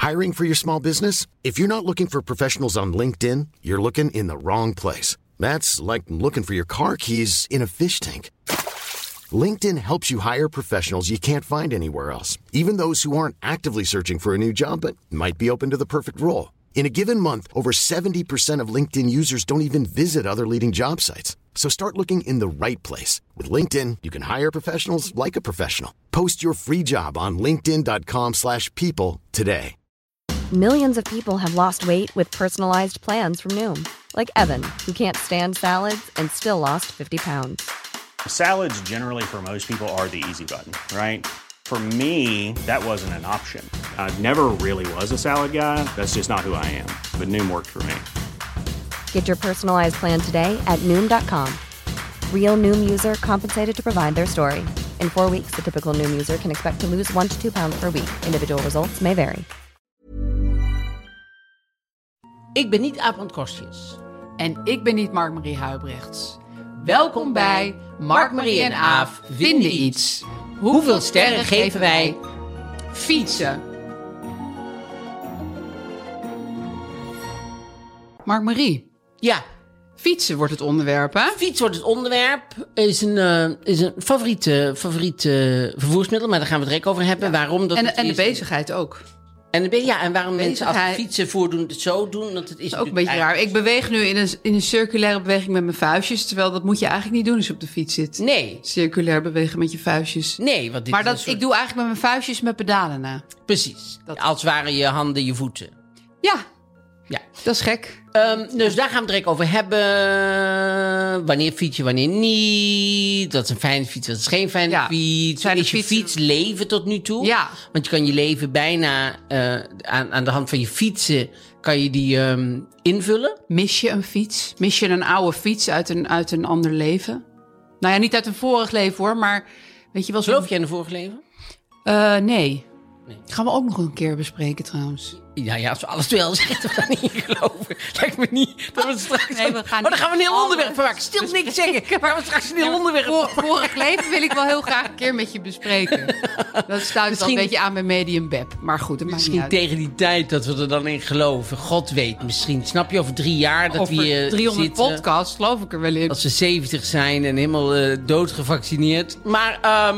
Hiring for your small business? If you're not looking for professionals on LinkedIn, you're looking in the wrong place. That's like looking for your car keys in a fish tank. LinkedIn helps you hire professionals you can't find anywhere else, even those who aren't actively searching for a new job but might be open to the perfect role. In a given month, over 70% of LinkedIn users don't even visit other leading job sites. So start looking in the right place. With LinkedIn, you can hire professionals like a professional. Post your free job on linkedin.com/people today. Millions of people have lost weight with personalized plans from Noom. Like Evan, who can't stand salads and still lost 50 pounds. Salads generally for most people are the easy button, right? For me, that wasn't an option. I never really was a salad guy. That's just not who I am. But Noom worked for me. Get your personalized plan today at Noom.com. Real Noom user compensated to provide their story. In 4 weeks, the typical Noom user can expect to lose 1 to 2 pounds per week. Individual results may vary. Ik ben niet Aaf Kostjes. En ik ben niet Mark-Marie Huibrechts. Welkom bij Mark-Marie en Aaf vinden iets. Hoeveel sterren geven wij? Fietsen. Mark-Marie. Ja. Fietsen wordt het onderwerp, hè? Fiets wordt het onderwerp. Is een favoriete vervoersmiddel, maar daar gaan we het direct over hebben. Ja. Waarom dat en de bezigheid ook. En waarom mensen als fietsen voordoen het zo doen. Dat het is ook een beetje raar. Ik beweeg nu in een circulaire beweging met mijn vuistjes. Terwijl dat moet je eigenlijk niet doen als je op de fiets zit. Nee. Circulair bewegen met je vuistjes. Nee. Want dit maar ik doe eigenlijk met mijn vuistjes met pedalen na. Precies. Als waren je handen je voeten. Ja. Dat is gek. Dus daar gaan we het direct over hebben. Wanneer fiets je, wanneer niet. Dat is een fijne fiets, dat is geen fijne fiets. Is je fiets leven tot nu toe? Ja. Want je kan je leven bijna aan de hand van je fietsen kan je die invullen. Mis je een fiets? Mis je een oude fiets uit een ander leven? Nou ja, niet uit een vorig leven hoor, maar weet je wel zo. Geloof jij in een vorig leven? Nee. Gaan we ook nog een keer bespreken trouwens. Ja, als we alles twee al zeggen, we gaan niet geloven. Lijkt me niet dat we straks... Nee, we gaan dan gaan we een heel onderwerp van maken. Stil niks zeggen, maar we straks een heel onderwerp vorig leven wil ik wel heel graag een keer met je bespreken. Dat stuit wel een beetje aan bij Medium Beb. Maar goed, dat maakt niet uit. Tegen die tijd dat we er dan in geloven. God weet, misschien. Snap je, over 3 jaar dat over we hier 300 zitten, podcasts, geloof ik er wel in. Als we 70 zijn en helemaal doodgevaccineerd. Maar,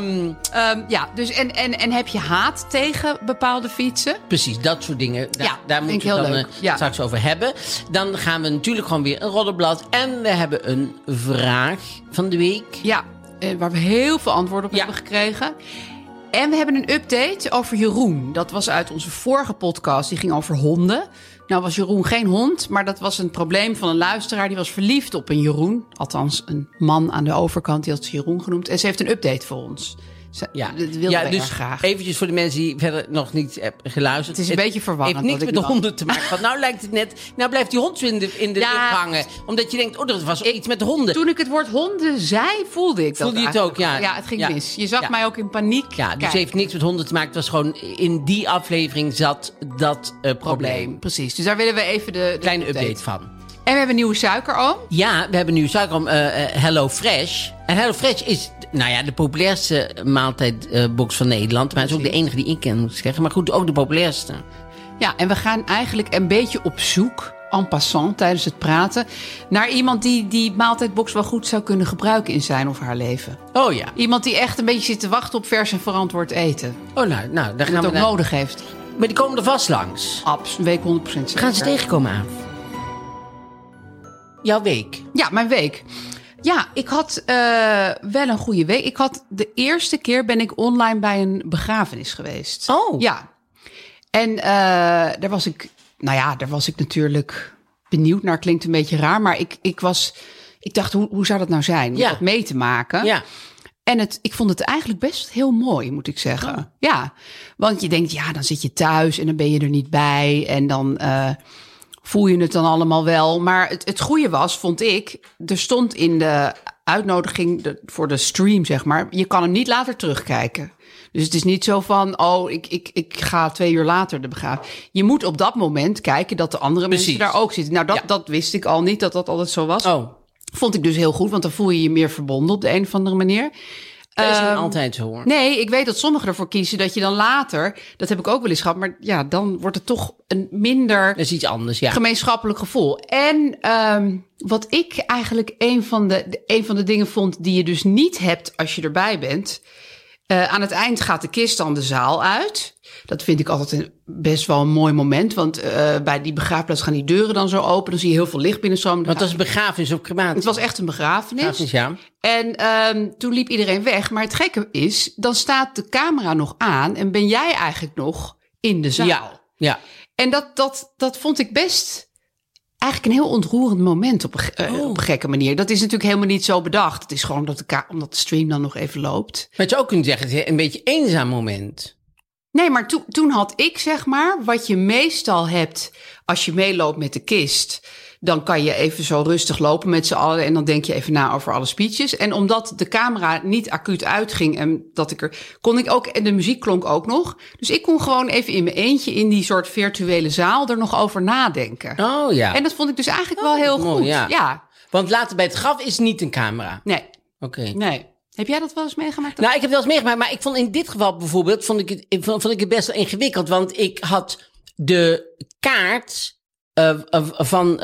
ja, dus en heb je haat tegen bepaalde fietsen? Precies, dat soort dingen. Daar moeten we dan straks over hebben. Dan gaan we natuurlijk gewoon weer een roddelblad. En we hebben een vraag van de week. Ja, waar we heel veel antwoorden op hebben gekregen. En we hebben een update over Jeroen. Dat was uit onze vorige podcast. Die ging over honden. Nou was Jeroen geen hond, maar dat was een probleem van een luisteraar. Die was verliefd op een Jeroen. Althans, een man aan de overkant, die had ze Jeroen genoemd. En ze heeft een update voor ons. Dat wilden wij dus graag. Eventjes voor de mensen die verder nog niet hebben geluisterd. Het is een beetje verwarrend. Het heeft niks met de honden te maken. Want nou lijkt het net... Nou blijft die hond zo in de lucht hangen. Omdat je denkt, dat was iets met de honden. Toen ik het woord honden zei, voelde ik dat. Voelde je het ook, ja. Ja, het ging mis. Je zag mij ook in paniek. Ja, dus het heeft niks met honden te maken. Het was gewoon, in die aflevering zat dat probleem. Precies. Dus daar willen we even de kleine update van. En we hebben nieuwe suikeroom. Ja, we hebben nieuwe suikeroom. Hello Fresh. En Hello Fresh is de populairste maaltijdbox van Nederland. Maar het is ook de enige die ik ken, moet ik zeggen. Maar goed, ook de populairste. Ja, en we gaan eigenlijk een beetje op zoek, en passant, tijdens het praten, naar iemand die maaltijdbox wel goed zou kunnen gebruiken in zijn of haar leven. Oh ja. Iemand die echt een beetje zit te wachten op vers en verantwoord eten. Oh, nou daar gaan we ook nodig heeft. Maar die komen er vast langs. Absoluut, week 100% zeker. Gaan ze tegenkomen, Aaf? Jouw week? Ja, mijn week. Ja, ik had wel een goede week. De eerste keer ben ik online bij een begrafenis geweest. Oh. Ja. En daar was ik natuurlijk benieuwd naar. Klinkt een beetje raar, maar ik dacht, hoe zou dat nou zijn? Om dat mee te maken. Ja. En ik vond het eigenlijk best heel mooi, moet ik zeggen. Oh. Ja, want je denkt, dan zit je thuis en dan ben je er niet bij. En dan voel je het dan allemaal wel. Maar het goede was, vond ik, er stond in de uitnodiging voor de stream, zeg maar, je kan hem niet later terugkijken. Dus het is niet zo van, ik ga 2 uur later de begraven. Je moet op dat moment kijken dat de andere mensen daar ook zitten. Nou, dat wist ik al niet, dat altijd zo was. Oh. Vond ik dus heel goed, want dan voel je je meer verbonden op de een of andere manier. Dat is niet altijd zo, hoor. Nee, ik weet dat sommigen ervoor kiezen dat je dan later... Dat heb ik ook wel eens gehad, maar ja, dan wordt het toch een minder... Dat is iets anders, ja. Gemeenschappelijk gevoel. En wat ik eigenlijk een van de dingen vond die je dus niet hebt als je erbij bent... aan het eind gaat de kist dan de zaal uit. Dat vind ik altijd best wel een mooi moment. Want bij die begraafplaats gaan die deuren dan zo open. Dan zie je heel veel licht binnenstromen. Want dat is een begrafenis of crematie. Het was echt een begrafenis. Ja. En toen liep iedereen weg. Maar het gekke is, dan staat de camera nog aan... en ben jij eigenlijk nog in de zaal. Ja. En dat vond ik best... eigenlijk een heel ontroerend moment op een gekke manier. Dat is natuurlijk helemaal niet zo bedacht. Het is gewoon omdat de stream dan nog even loopt. Maar je ook kunt zeggen, het is een beetje een eenzaam moment. Nee, maar toen had ik zeg maar... wat je meestal hebt als je meeloopt met de kist... dan kan je even zo rustig lopen met z'n allen... en dan denk je even na over alle speeches. En omdat de camera niet acuut uitging... en kon ik ook... en de muziek klonk ook nog. Dus ik kon gewoon even in mijn eentje... in die soort virtuele zaal er nog over nadenken. Oh ja. En dat vond ik dus eigenlijk wel heel mooi, goed. Ja. Want later bij het graf is niet een camera. Nee. Oké. Nee. Heb jij dat wel eens meegemaakt? Nou, ik heb het wel eens meegemaakt, maar ik vond in dit geval bijvoorbeeld... vond ik het best wel ingewikkeld, want ik had de kaart... van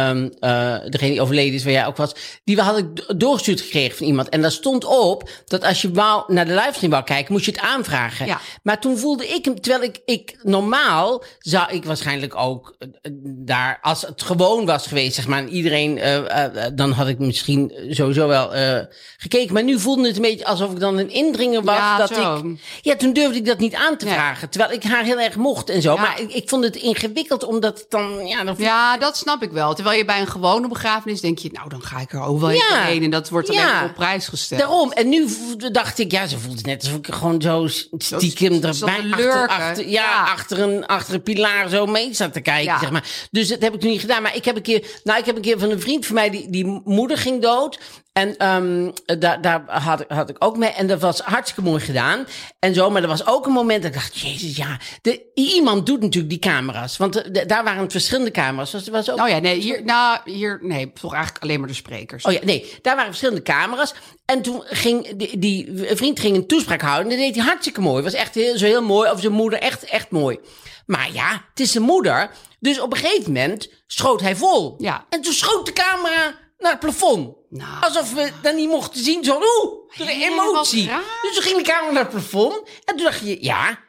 degene die overleden is, waar jij ook was... die had ik doorgestuurd gekregen van iemand. En daar stond op dat als je naar de livestream wou kijken... moest je het aanvragen. Ja. Maar toen voelde ik hem... terwijl ik normaal zou ik waarschijnlijk ook daar... als het gewoon was geweest, zeg maar... en iedereen... dan had ik misschien sowieso wel gekeken. Maar nu voelde het een beetje alsof ik dan een indringer was. Ja, toen durfde ik dat niet aan te vragen. Terwijl ik haar heel erg mocht en zo. Ja. Maar ik vond het ingewikkeld, omdat het dan... Ja, dat snap ik wel. Terwijl je bij een gewone begrafenis denk je... nou, dan ga ik er ook wel even heen. En dat wordt dan even op prijs gesteld. Daarom. En nu dacht ik... ja, ze voelt het net alsof ik gewoon zo stiekem erbij... achter een pilaar zo mee zat te kijken, zeg maar. Dus dat heb ik nu niet gedaan. Maar ik heb een keer van een vriend van mij... die moeder ging dood... En daar had ik ook mee. En dat was hartstikke mooi gedaan. En zo, maar er was ook een moment dat ik dacht... Jezus, ja. Iemand doet natuurlijk die camera's. Want daar waren het verschillende camera's. Was ook... Oh ja, nee, hier toch eigenlijk alleen maar de sprekers. Oh ja, nee, daar waren verschillende camera's. En toen ging die vriend ging een toespraak houden. En dat deed hij hartstikke mooi. Het was echt heel mooi. Of zijn moeder, echt mooi. Maar ja, het is zijn moeder. Dus op een gegeven moment schoot hij vol. Ja. En toen schoot de camera... naar het plafond. Nou. Alsof we dat niet mochten zien. Zo, door de emotie. Dus toen ging de camera naar het plafond. En toen dacht je, ja.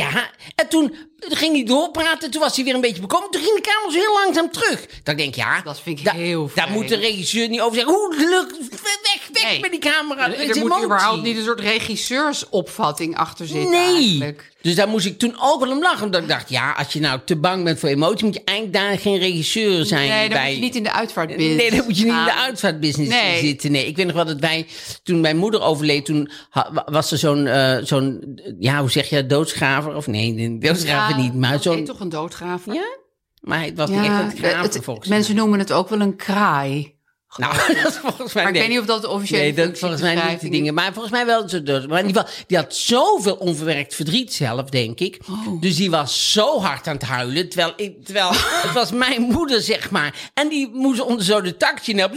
En toen ging hij doorpraten. En toen was hij weer een beetje bekomen. Toen ging de camera zo heel langzaam terug. Dan denk ik, dat vind ik heel fijn. Daar moet de regisseur niet over zeggen. Hoe lukt weg met die camera. Er moet überhaupt niet een soort regisseursopvatting achter zitten. Nee. Eigenlijk. Dus daar moest ik toen ook wel om lachen. Omdat ik dacht, ja, als je nou te bang bent voor emotie... moet je eigenlijk daar geen regisseur zijn. Nee, dan moet je niet in de uitvaartbusiness. Nee, dan moet je niet in de uitvaartbusiness zitten. Nee, ik weet nog wel dat toen mijn moeder overleed... toen was er zo'n hoe zeg je, doodsgraver? Of nee, doodsgraver niet. Maar zo'n... toch een doodgraver? Ja? Maar het was niet echt een graver, volgens mij. Mensen noemen het ook wel een kraai. Nou, dat is volgens mij maar ik weet niet of dat officieel is. Nee, dat volgens mij niet die dingen. Maar volgens mij wel zo. Maar in ieder geval, die had zoveel onverwerkt verdriet zelf, denk ik. Oh. Dus die was zo hard aan het huilen. Terwijl het was mijn moeder, zeg maar. En die moest onder zo de taxi helpen.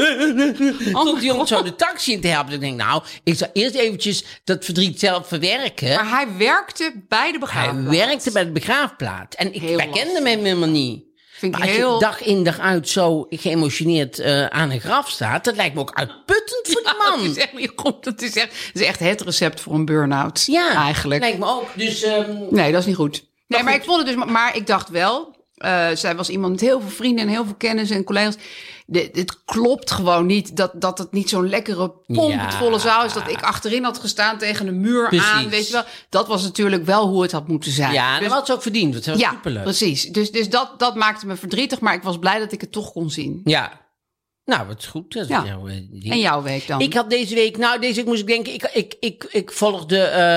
Stond die onder zo de taxi in te helpen. Ik denk, nou, ik zou eerst eventjes dat verdriet zelf verwerken. Maar hij werkte bij de begraafplaats. Hij werkte bij de begraafplaats. En wij kenden hem helemaal niet. Maar als je dag in dag uit zo geëmotioneerd aan een graf staat... dat lijkt me ook uitputtend voor die man. Dat is echt niet goed. Dat is echt het recept voor een burn-out. Ja, eigenlijk. Lijkt me ook. Dus, nee, dat is niet goed. Nee, maar ik vond het dus... Maar ik dacht wel... zij was iemand met heel veel vrienden en heel veel kennis en collega's. Het klopt gewoon niet dat het niet zo'n lekkere pompvolle zaal is. Dat ik achterin had gestaan tegen een muur aan. Weet je wel. Dat was natuurlijk wel hoe het had moeten zijn. Ja, dat had ze ook verdiend. Dat was superleuk. Precies. Dus dat maakte me verdrietig. Maar ik was blij dat ik het toch kon zien. Ja. Nou, wat is goed. Dat is en jouw week dan? Ik had deze week moest ik denken... Ik volgde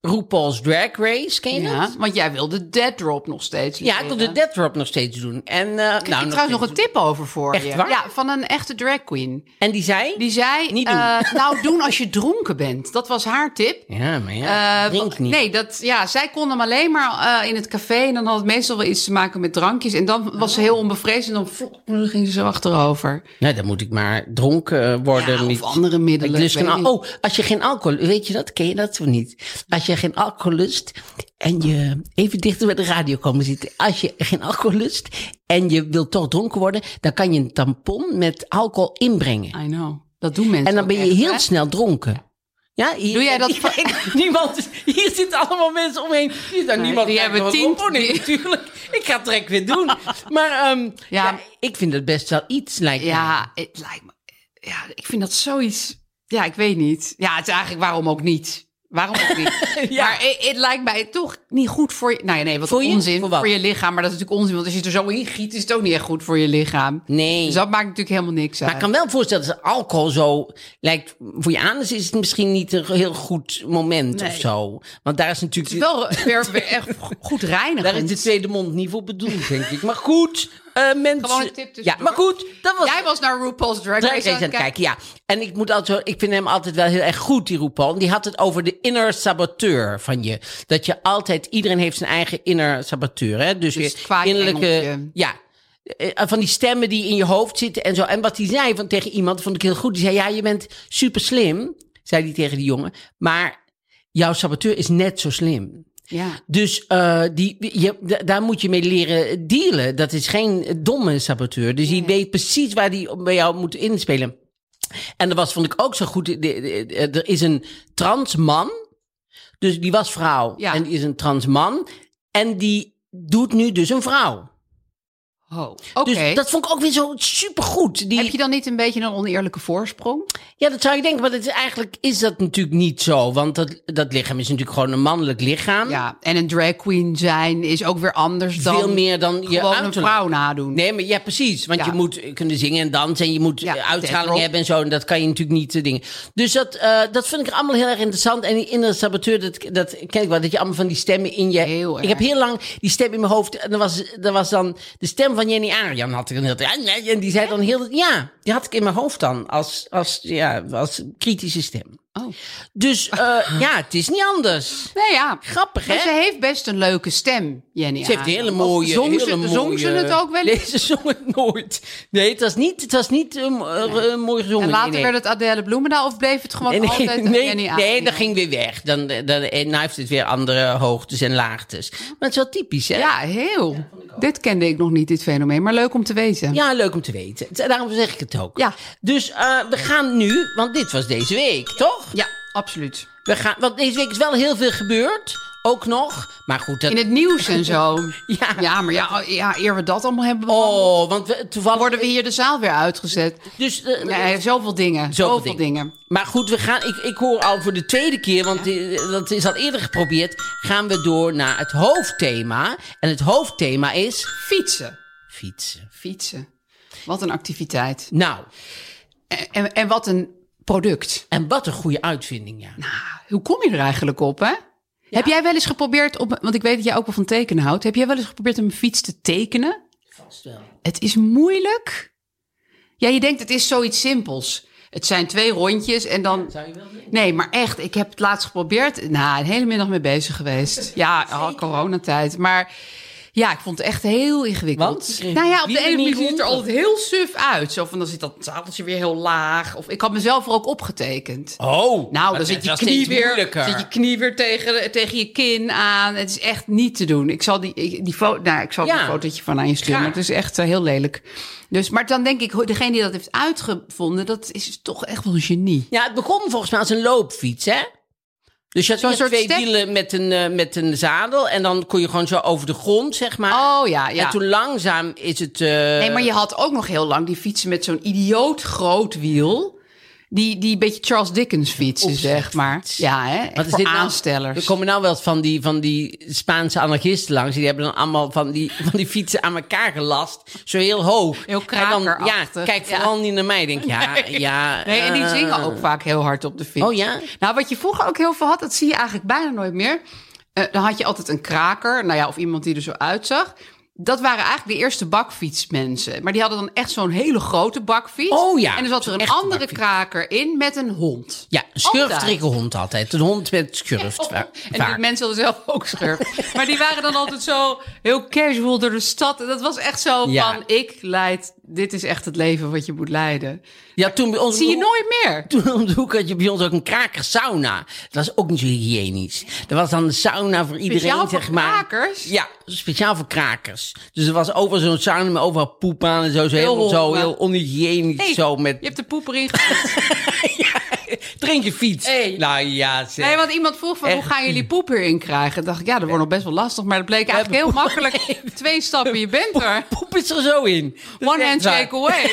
RuPaul's Drag Race, ken je dat? Ja, want jij wilde Dead Drop nog steeds leren. Ja, ik wil de Dead Drop nog steeds doen. En, Ik heb trouwens nog een tip over voor Echt je. waar? Ja, van een echte drag queen. En die zei? Die zei, Niet doen. nou doen als je dronken bent. Dat was haar tip. Ja, maar ja, drink niet. Nee, zij kon hem alleen maar in het café. En dan had het meestal wel iets te maken met drankjes. En dan was ze heel onbevreesd. En dan ging ze zo achterover. Nou, dan moet ik maar dronken worden. Ja, of niet. andere middelen, Ik lust weet geen niet. als je geen alcohol... Weet je dat? Ken je dat of niet? Als je geen alcohol lust en je... Even dichter bij de radio komen zitten. Als je geen alcohol lust en je wilt toch dronken worden... dan kan je een tampon met alcohol inbrengen. I know. Dat doen mensen En dan ook ben je echt, heel hè? snel dronken. Ja, hier, Doe jij dat niemand, hier zitten allemaal mensen omheen. Hier is niemand die kijken hebben wat 10 op. Nee, natuurlijk. Ik ga het direct weer doen. Maar ja, ik vind het best wel iets lijkt Ja, het lijkt me... Ja, ik vind dat zoiets... Ja, ik weet niet. Ja, het is eigenlijk waarom ook niet. Waarom ook niet? Ja. Maar het lijkt mij toch niet goed voor je... Nou ja, nee, wat Voor je? onzin. Voor wat? Voor je lichaam. Maar dat is natuurlijk onzin. Want als je er zo in giet, is het ook niet echt goed voor je lichaam. Nee. Dus dat maakt natuurlijk helemaal niks uit. Maar ik kan wel voorstellen dat alcohol zo lijkt... Voor je anus is het misschien niet een heel goed moment Nee. of zo. Want daar is natuurlijk... Het is wel weer echt goed reinigend. Daar is de tweede mond niet voor bedoeld, denk ik. Maar goed, mensen... Gewoon een tip Ja, tussendoor. maar goed, dat was... Jij was naar RuPaul's Drag Drag Race Race aan het kijken, ja. En ik moet altijd zo, ik vind hem altijd wel heel erg goed, die RuPaul. Die had het over de inner saboteur van je. Dat je altijd, iedereen heeft zijn eigen inner saboteur, hè. Dus Dus weer kwaad innerlijke, engeltje. ja. Van die stemmen die in je hoofd zitten en zo. En wat hij zei tegen iemand, vond ik heel goed. Die zei, ja, je bent super slim, zei hij tegen die jongen. Maar jouw saboteur is net zo slim. Ja. Dus daar moet je mee leren dealen. Dat is geen domme saboteur. Dus die weet precies waar die bij jou moet inspelen. En dat vond ik ook zo goed. Er is een trans man. Dus die was vrouw. Ja. En die is een trans man. En die doet nu dus een vrouw. Oh, oké. Dus dat vond ik ook weer zo supergoed. Heb je dan niet een beetje een oneerlijke voorsprong? Ja, dat zou je denken. Maar eigenlijk is dat natuurlijk niet zo. Want dat lichaam is natuurlijk gewoon een mannelijk lichaam. Ja, en een drag queen zijn is ook weer anders dan... Veel meer dan je gewoon een uiterlijk. vrouw nadoen. Nee, maar ja, precies. Want Ja. je moet kunnen zingen en dansen en je moet Ja, uitstraling deadrock. hebben en zo. En dat kan je natuurlijk niet dingen. Dus dat vind ik allemaal heel erg interessant. En die innere saboteur, dat ken ik wel. Dat je allemaal van die stemmen in je... Heel Ik heb erg. heel lang die stem in mijn hoofd. En dat was dan de stem van Jenny Arian had ik dan heel tijd. En die zei dan heel... Ja, die had ik in mijn hoofd dan. Als kritische stem. Oh. Dus ja, het is niet anders. Nee, ja. Grappig, Maar hè? ze heeft best een leuke stem, Jenny. Ze heeft een hele Arian. mooie... Of Zong hele ze mooie... het ook wel Nee, eens? ze zong het nooit. Nee, het was niet mooi gezongen. En later nee. werd het Adele Bloemendaal of bleef het gewoon altijd Jenny Arian? Nee, dat ging weer weg. En nou heeft het weer andere hoogtes en laagtes. Maar het is wel typisch, hè? Ja, heel. Dit kende ik nog niet, dit fenomeen. Maar leuk om te weten. Ja, leuk om te weten. Daarom zeg ik het ook. Ja. Dus we gaan nu, want dit was deze week, toch? Ja, absoluut. Want deze week is wel heel veel gebeurd. Ook nog. Maar goed, dat... In het nieuws en zo. Ja. Ja, maar ja, eer we dat allemaal hebben... Oh, want toevallig... worden we hier de zaal weer uitgezet. Dus... Ja, zoveel dingen. Zoveel dingen. Maar goed, we gaan. Ik hoor al voor de tweede keer, want dat is al eerder geprobeerd. Gaan we door naar het hoofdthema. En het hoofdthema is Fietsen. fietsen. Fietsen. Wat een activiteit. Nou, En wat een product. en wat een goede uitvinding, ja. Hoe kom je er eigenlijk op, hè? Heb jij wel eens geprobeerd, want ik weet dat jij ook wel van tekenen houdt. Heb jij wel eens geprobeerd om een fiets te tekenen? Vast wel. Het is moeilijk. Ja, je denkt het is zoiets simpels. Het zijn 2 rondjes en dan... Zou je wel denken? Nee, maar echt, ik heb het laatst geprobeerd. Nou, een hele middag mee bezig geweest. Ja, coronatijd. Maar ja, ik vond het echt heel ingewikkeld. Want? Nou ja, op de Wielen ene niet manier ziet het er rond? altijd heel suf uit. Zo van, dan zit dat zadeltje weer heel laag. Of ik had mezelf er ook opgetekend. Oh, Nou, dan zit je knie weer, tegen je kin aan. Het is echt niet te doen. Ik zal die een fotootje van aan je sturen. Graag. Maar het is echt heel lelijk. Dus, maar dan denk ik, degene die dat heeft uitgevonden, dat is toch echt wel een genie. Ja, het begon volgens mij als een loopfiets, hè? Dus je had Zo'n eerst soort 2 step? wielen met een zadel. En dan kon je gewoon zo over de grond, zeg maar. Oh ja. En toen langzaam is het... Nee, maar je had ook nog heel lang die fietsen met zo'n idioot groot wiel. Die beetje Charles Dickens fietsen, zeg maar. Ja, hè? Wat is voor dit nou? aanstellers. Er komen nou wel eens van die Spaanse anarchisten langs. Die hebben dan allemaal van die fietsen aan elkaar gelast. Zo heel hoog. Heel En dan, krakerachtig. kijk vooral niet naar mij. Denk ja. Nee, en die zingen ook vaak heel hard op de fiets. Oh ja? Nou, wat je vroeger ook heel veel had, dat zie je eigenlijk bijna nooit meer. Dan had je altijd een kraker, nou ja, of iemand die er zo uitzag. Dat waren eigenlijk de eerste bakfietsmensen. Maar die hadden dan echt zo'n hele grote bakfiets. Oh ja, En er zat er een echte andere bakfiets. kraker in met een hond. Ja, een schurftrekkerhond altijd. Een hond met schurft. En die mensen hadden zelf ook schurft. Maar die waren dan altijd zo heel casual door de stad. En dat was echt zo van, dit is echt het leven wat je moet leiden. Ja, toen bij ons Zie je nooit meer. Toen om de hoek had je bij ons ook een krakersauna. Dat was ook niet zo hygiënisch. Dat was dan de sauna voor iedereen, Speciaal voor zeg maar. krakers? Ja, speciaal voor krakers. Dus er was over zo'n sauna met overal poep aan en zo. Heel onhygiënisch. Hey, zo met... Je hebt de poep erin gegooid. Drink je fiets. Hey. Nou ja, zeg. Nee, want iemand vroeg van, hoe gaan jullie poep erin krijgen? Dan dacht ik, ja, dat wordt nog best wel lastig. Maar dat bleek eigenlijk heel makkelijk. 2 stappen, je bent er. Poep is er zo in. One handshake away.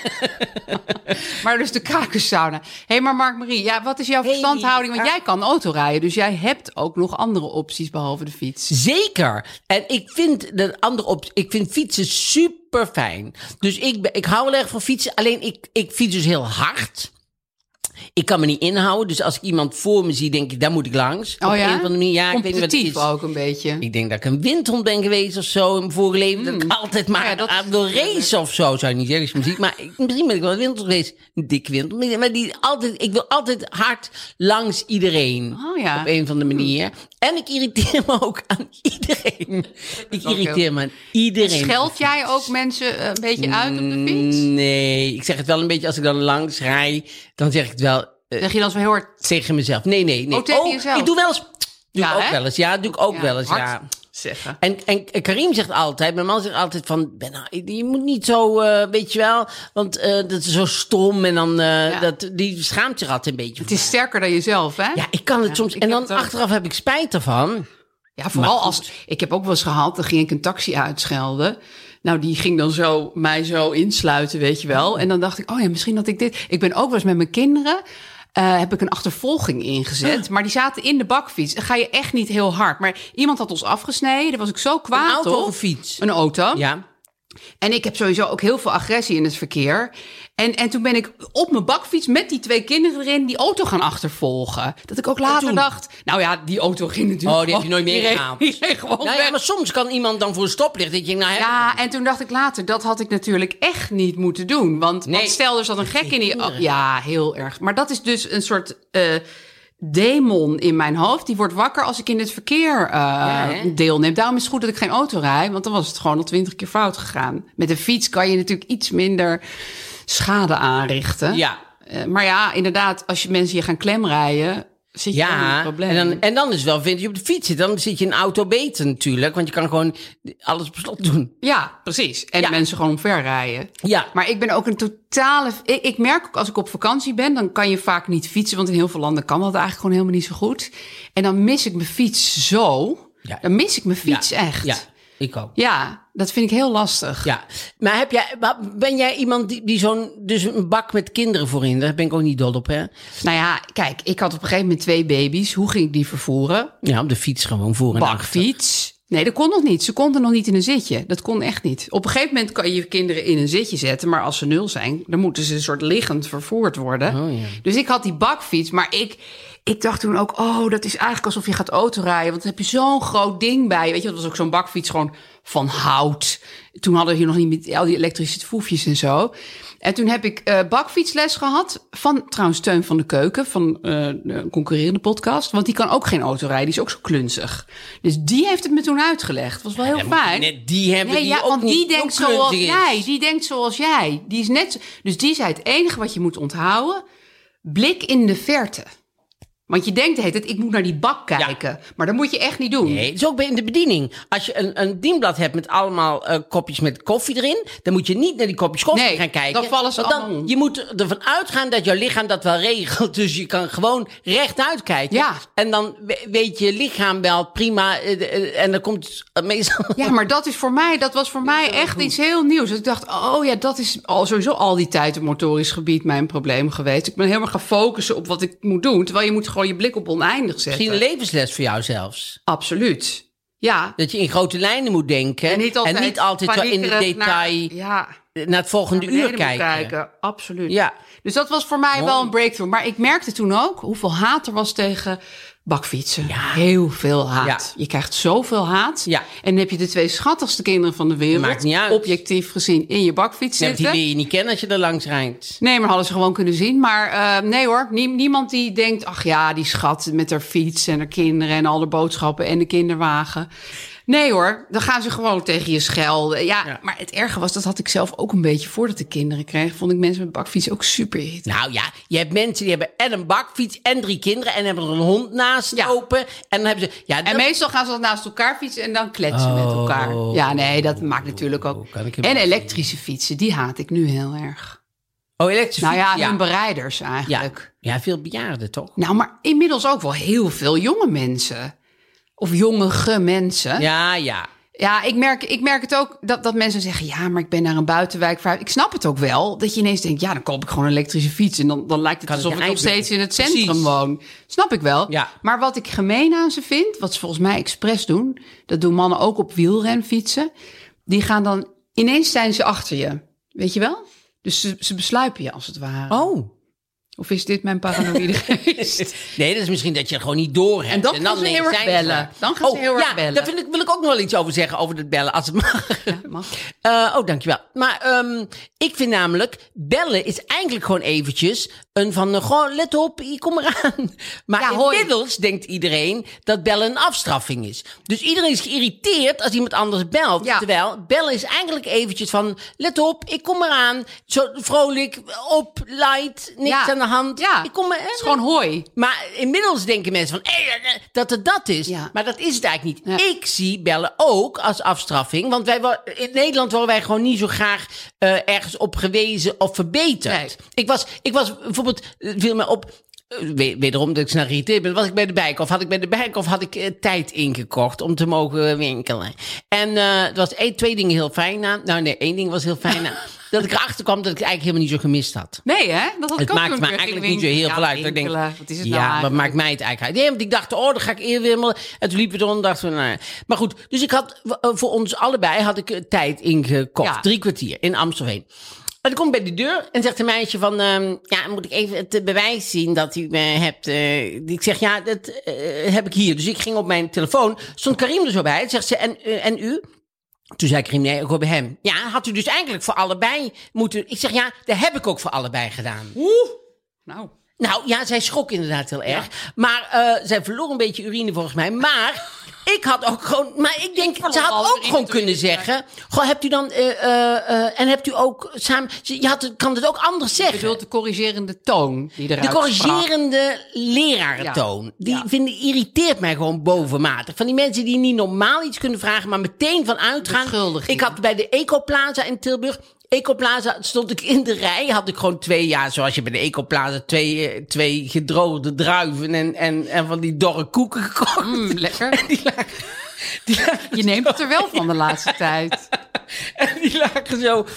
Maar dus de krakerssauna. Hé, maar Mark-Marie, ja, wat is jouw verstandhouding? Want jij kan autorijden, dus jij hebt ook nog andere opties behalve de fiets. Zeker. En ik vind ik vind fietsen super fijn. Dus ik hou wel erg van fietsen. Alleen ik fiets dus heel hard. Ik kan me niet inhouden. Dus als ik iemand voor me zie, denk ik, daar moet ik langs. Oh Op ja? een of andere manier. Ja, ik weet niet wat het is. Competitief ook een beetje. Ik denk dat ik een windhond ben geweest of zo in mijn vorige leven. Dat ik altijd maar wil racen of zo. Zou je niet zeggen als je me ziet. Maar misschien ben ik wel een windhond geweest. Een dik windhond. Maar ik wil altijd hard langs iedereen. Oh ja. Op een of andere manier. En ik irriteer me ook aan iedereen. Ik irriteer me aan iedereen. Scheld jij ook mensen een beetje uit op de fiets? Nee, ik zeg het wel een beetje als ik dan langs rij. Dan zeg ik het wel Zeg je dan zo heel hard tegen mezelf. Nee. Oh, tegen jezelf? Ik doe wel eens... Doe Ja, ik ook hè? wel eens. Ja, doe ik ook wel eens. hard Ja. zeggen. En Karim zegt altijd, mijn man zegt altijd van, je moet niet zo, weet je wel, want dat is zo stom en dan, die schaamt zich altijd een beetje. Het is sterker dan jezelf, hè? Ja, ik kan het soms, ik en heb dan het ook. achteraf heb ik spijt ervan. Ja, vooral Maar als... Ik heb ook wel eens gehad, dan ging ik een taxi uitschelden. Nou, die ging dan mij zo insluiten, weet je wel. En dan dacht ik, oh ja, misschien dat ik dit... Ik ben ook wel eens met mijn kinderen... heb ik een achtervolging ingezet. Maar die zaten in de bakfiets. Dan ga je echt niet heel hard. Maar iemand had ons afgesneden. Daar was ik zo kwaad Een auto op. of een fiets? Een auto. Ja. En ik heb sowieso ook heel veel agressie in het verkeer. En toen ben ik op mijn bakfiets met die 2 kinderen erin die auto gaan achtervolgen. Dat ik ook later dacht, nou ja, die auto ging natuurlijk. Oh, die heb je nooit meer gehaald. Die reed gewoon Nou ja, weg. maar soms kan iemand dan voor een stoplicht. Dat je denkt, nou, Ja, en toen dacht ik later, dat had ik natuurlijk echt niet moeten doen. Want stel, er zat een gek in die... Ja, heel erg. Maar dat is dus een soort demon in mijn hoofd. Die wordt wakker als ik in het verkeer deelneem. Daarom is het goed dat ik geen auto rijd. Want dan was het gewoon al 20 keer fout gegaan. Met een fiets kan je natuurlijk iets minder schade aanrichten. Ja. Maar ja, inderdaad, als je mensen hier gaan klemrijden... zit je in een probleem. En dan is wel, vind je op de fiets zit, dan zit je in een auto beter natuurlijk. Want je kan gewoon alles op slot doen. Ja, precies. En mensen gewoon omverrijden. Ja. Maar ik ben ook een totale... Ik merk ook als ik op vakantie ben, dan kan je vaak niet fietsen. Want in heel veel landen kan dat eigenlijk gewoon helemaal niet zo goed. En dan mis ik mijn fiets zo. Ja. Dan mis ik mijn fiets echt. Ja, ik ook. Ja, dat vind ik heel lastig. Ja, maar ben jij iemand die dus een bak met kinderen voorin? Daar ben ik ook niet dol op, hè? Nou ja, kijk, ik had op een gegeven moment 2 baby's. Hoe ging ik die vervoeren? Ja, op de fiets gewoon voor en achter. Bakfiets. Nee, dat kon nog niet. Ze konden nog niet in een zitje. Dat kon echt niet. Op een gegeven moment kan je je kinderen in een zitje zetten. Maar als ze 0 zijn, dan moeten ze een soort liggend vervoerd worden. Oh, ja. Dus ik had die bakfiets. Maar ik dacht toen ook, oh, dat is eigenlijk alsof je gaat autorijden. Want dan heb je zo'n groot ding bij. Weet je, dat was ook zo'n bakfiets gewoon van hout. Toen hadden we hier nog niet met al die elektrische voefjes en zo. En toen heb ik bakfietsles gehad van trouwens Teun van de Keuken, van een concurrerende podcast. Want die kan ook geen auto rijden, die is ook zo klunzig. Dus die heeft het me toen uitgelegd. Was wel heel fijn. Net die hebben die ook want niet, die denkt ook zoals klunzig is. jij. Die denkt zoals jij. Die is net. Dus die zei het enige wat je moet onthouden: blik in de verte. Want je denkt de hele tijd, ik moet naar die bak kijken. Ja. Maar dat moet je echt niet doen. Nee, het is ook in de bediening. Als je een dienblad hebt met allemaal kopjes met koffie erin... dan moet je niet naar die kopjes koffie gaan kijken. Dan vallen ze allemaal om. Je moet ervan uitgaan dat jouw lichaam dat wel regelt. Dus je kan gewoon rechtuit kijken. Ja. En dan weet je lichaam wel prima. En dan komt het meestal... Ja, maar dat was voor mij echt iets heel nieuws. Dus ik dacht, dat is sowieso al die tijd op motorisch gebied mijn probleem geweest. Ik ben helemaal gaan focussen op wat ik moet doen. Terwijl je moet gewoon je blik op oneindig zetten. Misschien een levensles voor jou zelfs. Absoluut. Ja. Dat je in grote lijnen moet denken. En niet altijd wel in het detail naar het volgende uur kijken. Absoluut. Ja. Dus dat was voor mij wel een breakthrough. Maar ik merkte toen ook hoeveel haat er was tegen bakfietsen. Ja. Heel veel haat. Ja. Je krijgt zoveel haat. Ja. En dan heb je de 2 schattigste kinderen van de wereld... Maakt niet uit. Objectief gezien in je bakfiets zitten. Die leer je niet kennen als je er langs rijdt. Nee, maar hadden ze gewoon kunnen zien. Maar nee hoor, niemand die denkt... ach ja, die schat met haar fiets en haar kinderen... en al de boodschappen en de kinderwagen... Nee hoor, dan gaan ze gewoon tegen je schelden. Ja, maar het erge was, dat had ik zelf ook een beetje voordat ik kinderen kreeg. Vond ik mensen met bakfiets ook super irritant. Nou ja, je hebt mensen die hebben en een bakfiets en 3 kinderen... en hebben er een hond naast lopen. En dan hebben ze... Ja, en meestal gaan ze naast elkaar fietsen en dan kletsen met elkaar. Ja, nee, dat maakt natuurlijk ook... En elektrische fietsen, die haat ik nu heel erg. Oh, elektrische fietsen? Nou ja, hun bereiders eigenlijk. Ja, veel bejaarden toch? Nou, maar inmiddels ook wel heel veel jonge mensen... Of jongere mensen. Ja. Ja, ik merk het ook dat mensen zeggen... ja, maar ik ben naar een buitenwijk. Ik snap het ook wel. Dat je ineens denkt, ja, dan koop ik gewoon een elektrische fiets. En dan lijkt het alsof ik nog steeds in het centrum woon. Snap ik wel. Ja. Maar wat ik gemeen aan ze vind... wat ze volgens mij expres doen... dat doen mannen ook op wielrenfietsen... die gaan dan... ineens zijn ze achter je. Weet je wel? Dus ze besluipen je als het ware. Oh. Of is dit mijn paranoïde geest? Nee, dat is misschien dat je het gewoon niet door hebt. En dan gaan ze heel erg bellen. Daar wil ik ook nog wel iets over zeggen, over het bellen, als het mag. Ja, mag. Dankjewel. Maar ik vind namelijk, bellen is eigenlijk gewoon eventjes gewoon let op, ik kom eraan. Maar inmiddels denkt iedereen dat bellen een afstraffing is. Dus iedereen is geïrriteerd als iemand anders belt. Ja. Terwijl bellen is eigenlijk eventjes van, let op, ik kom eraan. Zo vrolijk, op, light, niks aan de hand. Ja, ik kom het is gewoon hoi. Maar inmiddels denken mensen van, dat het dat is. Ja. Maar dat is het eigenlijk niet. Ja. Ik zie bellen ook als afstraffing. Want in Nederland worden wij gewoon niet zo graag ergens op gewezen of verbeterd. Nee. Ik was bijvoorbeeld, viel me op, wederom dat ik snel geïrriteerd ben, was ik bij de Bijenkorf. Had ik tijd ingekocht om te mogen winkelen. En er was 2 dingen heel fijn aan. Nou nee, 1 ding was heel fijn aan. Dat ik erachter kwam dat ik het eigenlijk helemaal niet zo gemist had. Nee, hè? Dat had ik ook. Het maakt me eigenlijk niet zo heel veel uit. Ik denk, wat is het nou wat maakt mij het eigenlijk uit? Nee, want ik dacht, dan ga ik eerder wimmelen. En toen liepen we erom, dachten we, nou. Maar goed, dus ik had voor ons allebei tijd ingekocht. 3 kwartier in Amstelveen. En dan kom ik bij de deur en zegt een meisje van... moet ik even het bewijs zien dat u hebt... Ik zeg, ja, dat heb ik hier. Dus ik ging op mijn telefoon. Stond Karim er zo bij. Zegt ze, en u? Toen zei Karim, nee, ik hoor bij hem. Ja, had u dus eigenlijk voor allebei moeten... Ik zeg, ja, dat heb ik ook voor allebei gedaan. Nou ja, zij schrok inderdaad heel erg. Ja. Maar zij verloor een beetje urine volgens mij. Maar... Ik had ook gewoon... Maar ik denk, ze had ook gewoon kunnen zeggen... Goh, hebt u dan... en hebt u ook samen... kan het ook anders zeggen. Je bedoelt de corrigerende toon die eruit De corrigerende lerarentoon. Ja. Die irriteert mij gewoon bovenmatig. Van die mensen die niet normaal iets kunnen vragen... maar meteen van uitgaan. Ik had bij de Ecoplaza in Tilburg... Ecoplaza stond ik in de rij. Had ik gewoon 2 zoals je bij de Ecoplaza... 2 gedroogde druiven en van die dorre koeken gekocht. Lekker. Je neemt het er wel van de laatste tijd. En die lagen zo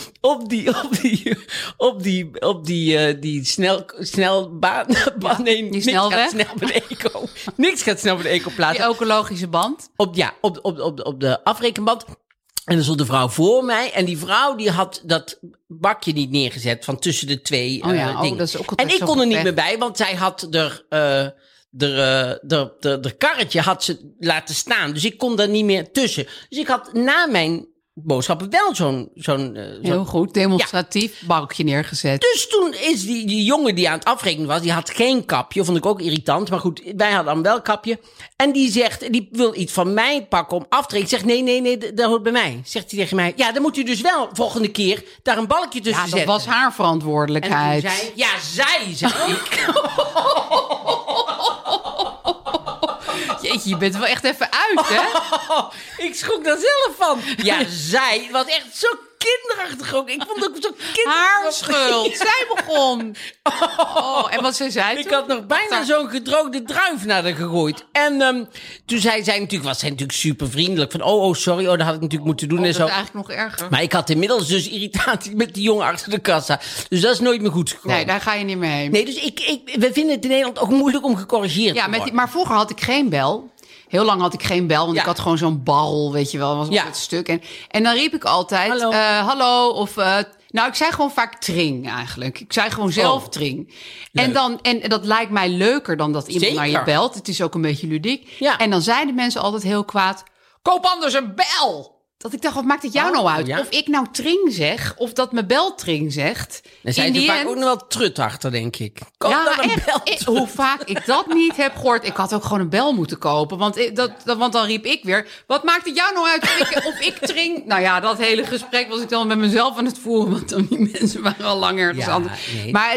op die snelbaan. Nee, die snelweg. Niks gaat snel bij de Ecoplaza. Die ecologische band. Op de afrekenband. En er stond een vrouw voor mij. En die vrouw die had dat bakje niet neergezet van tussen de 2 dingen. Dat is ook en ik kon er niet meer bij, want zij had de karretje had ze laten staan. Dus ik kon daar niet meer tussen. Dus ik had na mijn boodschappen wel zo'n heel goed, demonstratief bakje neergezet. Dus toen is die jongen die aan het afrekenen was, die had geen kapje, vond ik ook irritant, maar goed, wij hadden dan wel een kapje. En die wil iets van mij pakken om af te rekenen. Ik zeg, nee, dat hoort bij mij. Zegt hij tegen mij, ja, dan moet u dus wel volgende keer daar een balkje tussen zetten. Ja, dat was haar verantwoordelijkheid. En toen zei ik. Jeetje, je bent er wel echt even uit, hè? Ik schrok daar zelf van. Ja, zij was echt zo kinderachtig ook. Ik vond het ook zo kinderachtig. Haar schuld. Zij begon. En wat zei zij toen? Ik had nog bijna zo'n gedroogde druif naar haar gegooid. En toen zei zij natuurlijk, was zij natuurlijk super vriendelijk. Van, sorry, dat had ik natuurlijk moeten doen en dat zo. is eigenlijk nog erger. Maar ik had inmiddels dus irritatie met die jongen achter de kassa. Dus dat is nooit meer goed gekomen. Nee, daar ga je niet meer heen. Nee, dus we vinden het in Nederland ook moeilijk om gecorrigeerd te worden. Maar vroeger had ik geen bel. Heel lang had ik geen bel, want Ja. ik had gewoon zo'n bal, weet je wel. Was Ja. het stuk. En dan riep ik altijd, Hallo. hallo, of... nou, ik zei gewoon vaak tring eigenlijk. Ik zei gewoon zelf tring. En dat lijkt mij leuker dan dat iemand Zeker. naar je belt. Het is ook een beetje ludiek. Ja. En dan zeiden mensen altijd heel kwaad, koop anders een bel. Dat ik dacht, wat maakt het jou nou uit? ja. Of ik nou tring zeg, of dat mijn bel tring zegt. Dan zijn In ze die vaak end- ook nog wel trut achter, denk ik. Koop dan een echt. bel. Hoe vaak ik dat niet heb gehoord. Ik had ook gewoon een bel moeten kopen. Want dan riep ik weer, wat maakt het jou nou uit of ik tring? Nou ja, dat hele gesprek was ik dan met mezelf aan het voeren. Want dan die mensen waren al langer. Ja, nee. Maar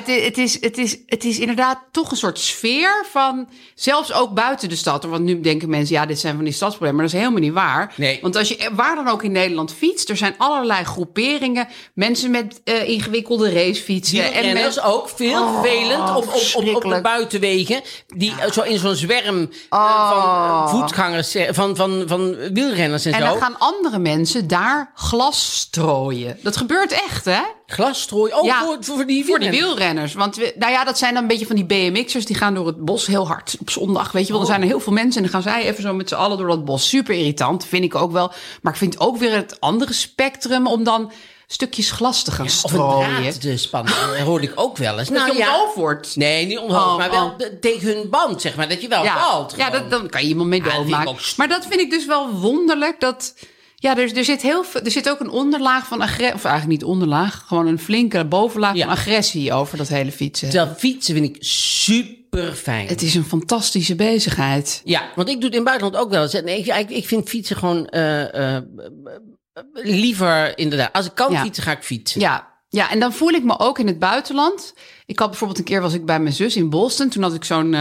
het is inderdaad toch een soort sfeer van... Zelfs ook buiten de stad. Want nu denken mensen, ja, dit zijn van die stadsproblemen. Maar dat is helemaal niet waar. Nee. Want als je waar dan ook in Nederland fietst... Er zijn allerlei groeperingen. Mensen met ingewikkelde racefietsen. En mensen ook veel vervelend op de verschrikkelijk. buitenwegen. Die zo in zo'n zwerm van voetgangers, van wielrenners en En zo. dan gaan andere mensen daar glas strooien. Dat gebeurt echt, hè? Glasstrooien. Voor die Voor die wielrenners. wielrenners. Want dat zijn dan een beetje van die BMX'ers... die gaan door het bos heel hard op zondag. Weet je wel, dan zijn er heel veel mensen... en dan gaan zij even zo met z'n allen door dat bos. Super irritant, vind ik ook wel. Maar ik vind ook weer het andere spectrum... om dan stukjes glas te gaan Of een strooien. draad te spannen. Dat hoorde ik ook wel eens. Dat je onthoofd wordt. Nee, niet onthoofd, Oh, maar wel oh. tegen hun band, zeg maar. Dat je wel valt. Ja, gewoon. dan kan je iemand mee dat vind ik doodmaken. ook Maar dat vind ik dus wel wonderlijk. Dat, ja, er zit heel veel, er zit ook een onderlaag van agressie. Of eigenlijk niet onderlaag. Gewoon een flinke bovenlaag Ja. van agressie over dat hele fietsen. Terwijl fietsen vind ik super fijn. Het is een fantastische bezigheid. Ja, want ik doe het in het buitenland ook wel eens. Nee, ik vind fietsen gewoon liever inderdaad. Als ik kan Ja. fietsen, ga ik fietsen. Ja, en dan voel ik me ook in het buitenland. Ik had bijvoorbeeld een keer was ik bij mijn zus in Boston. Toen had ik zo'n...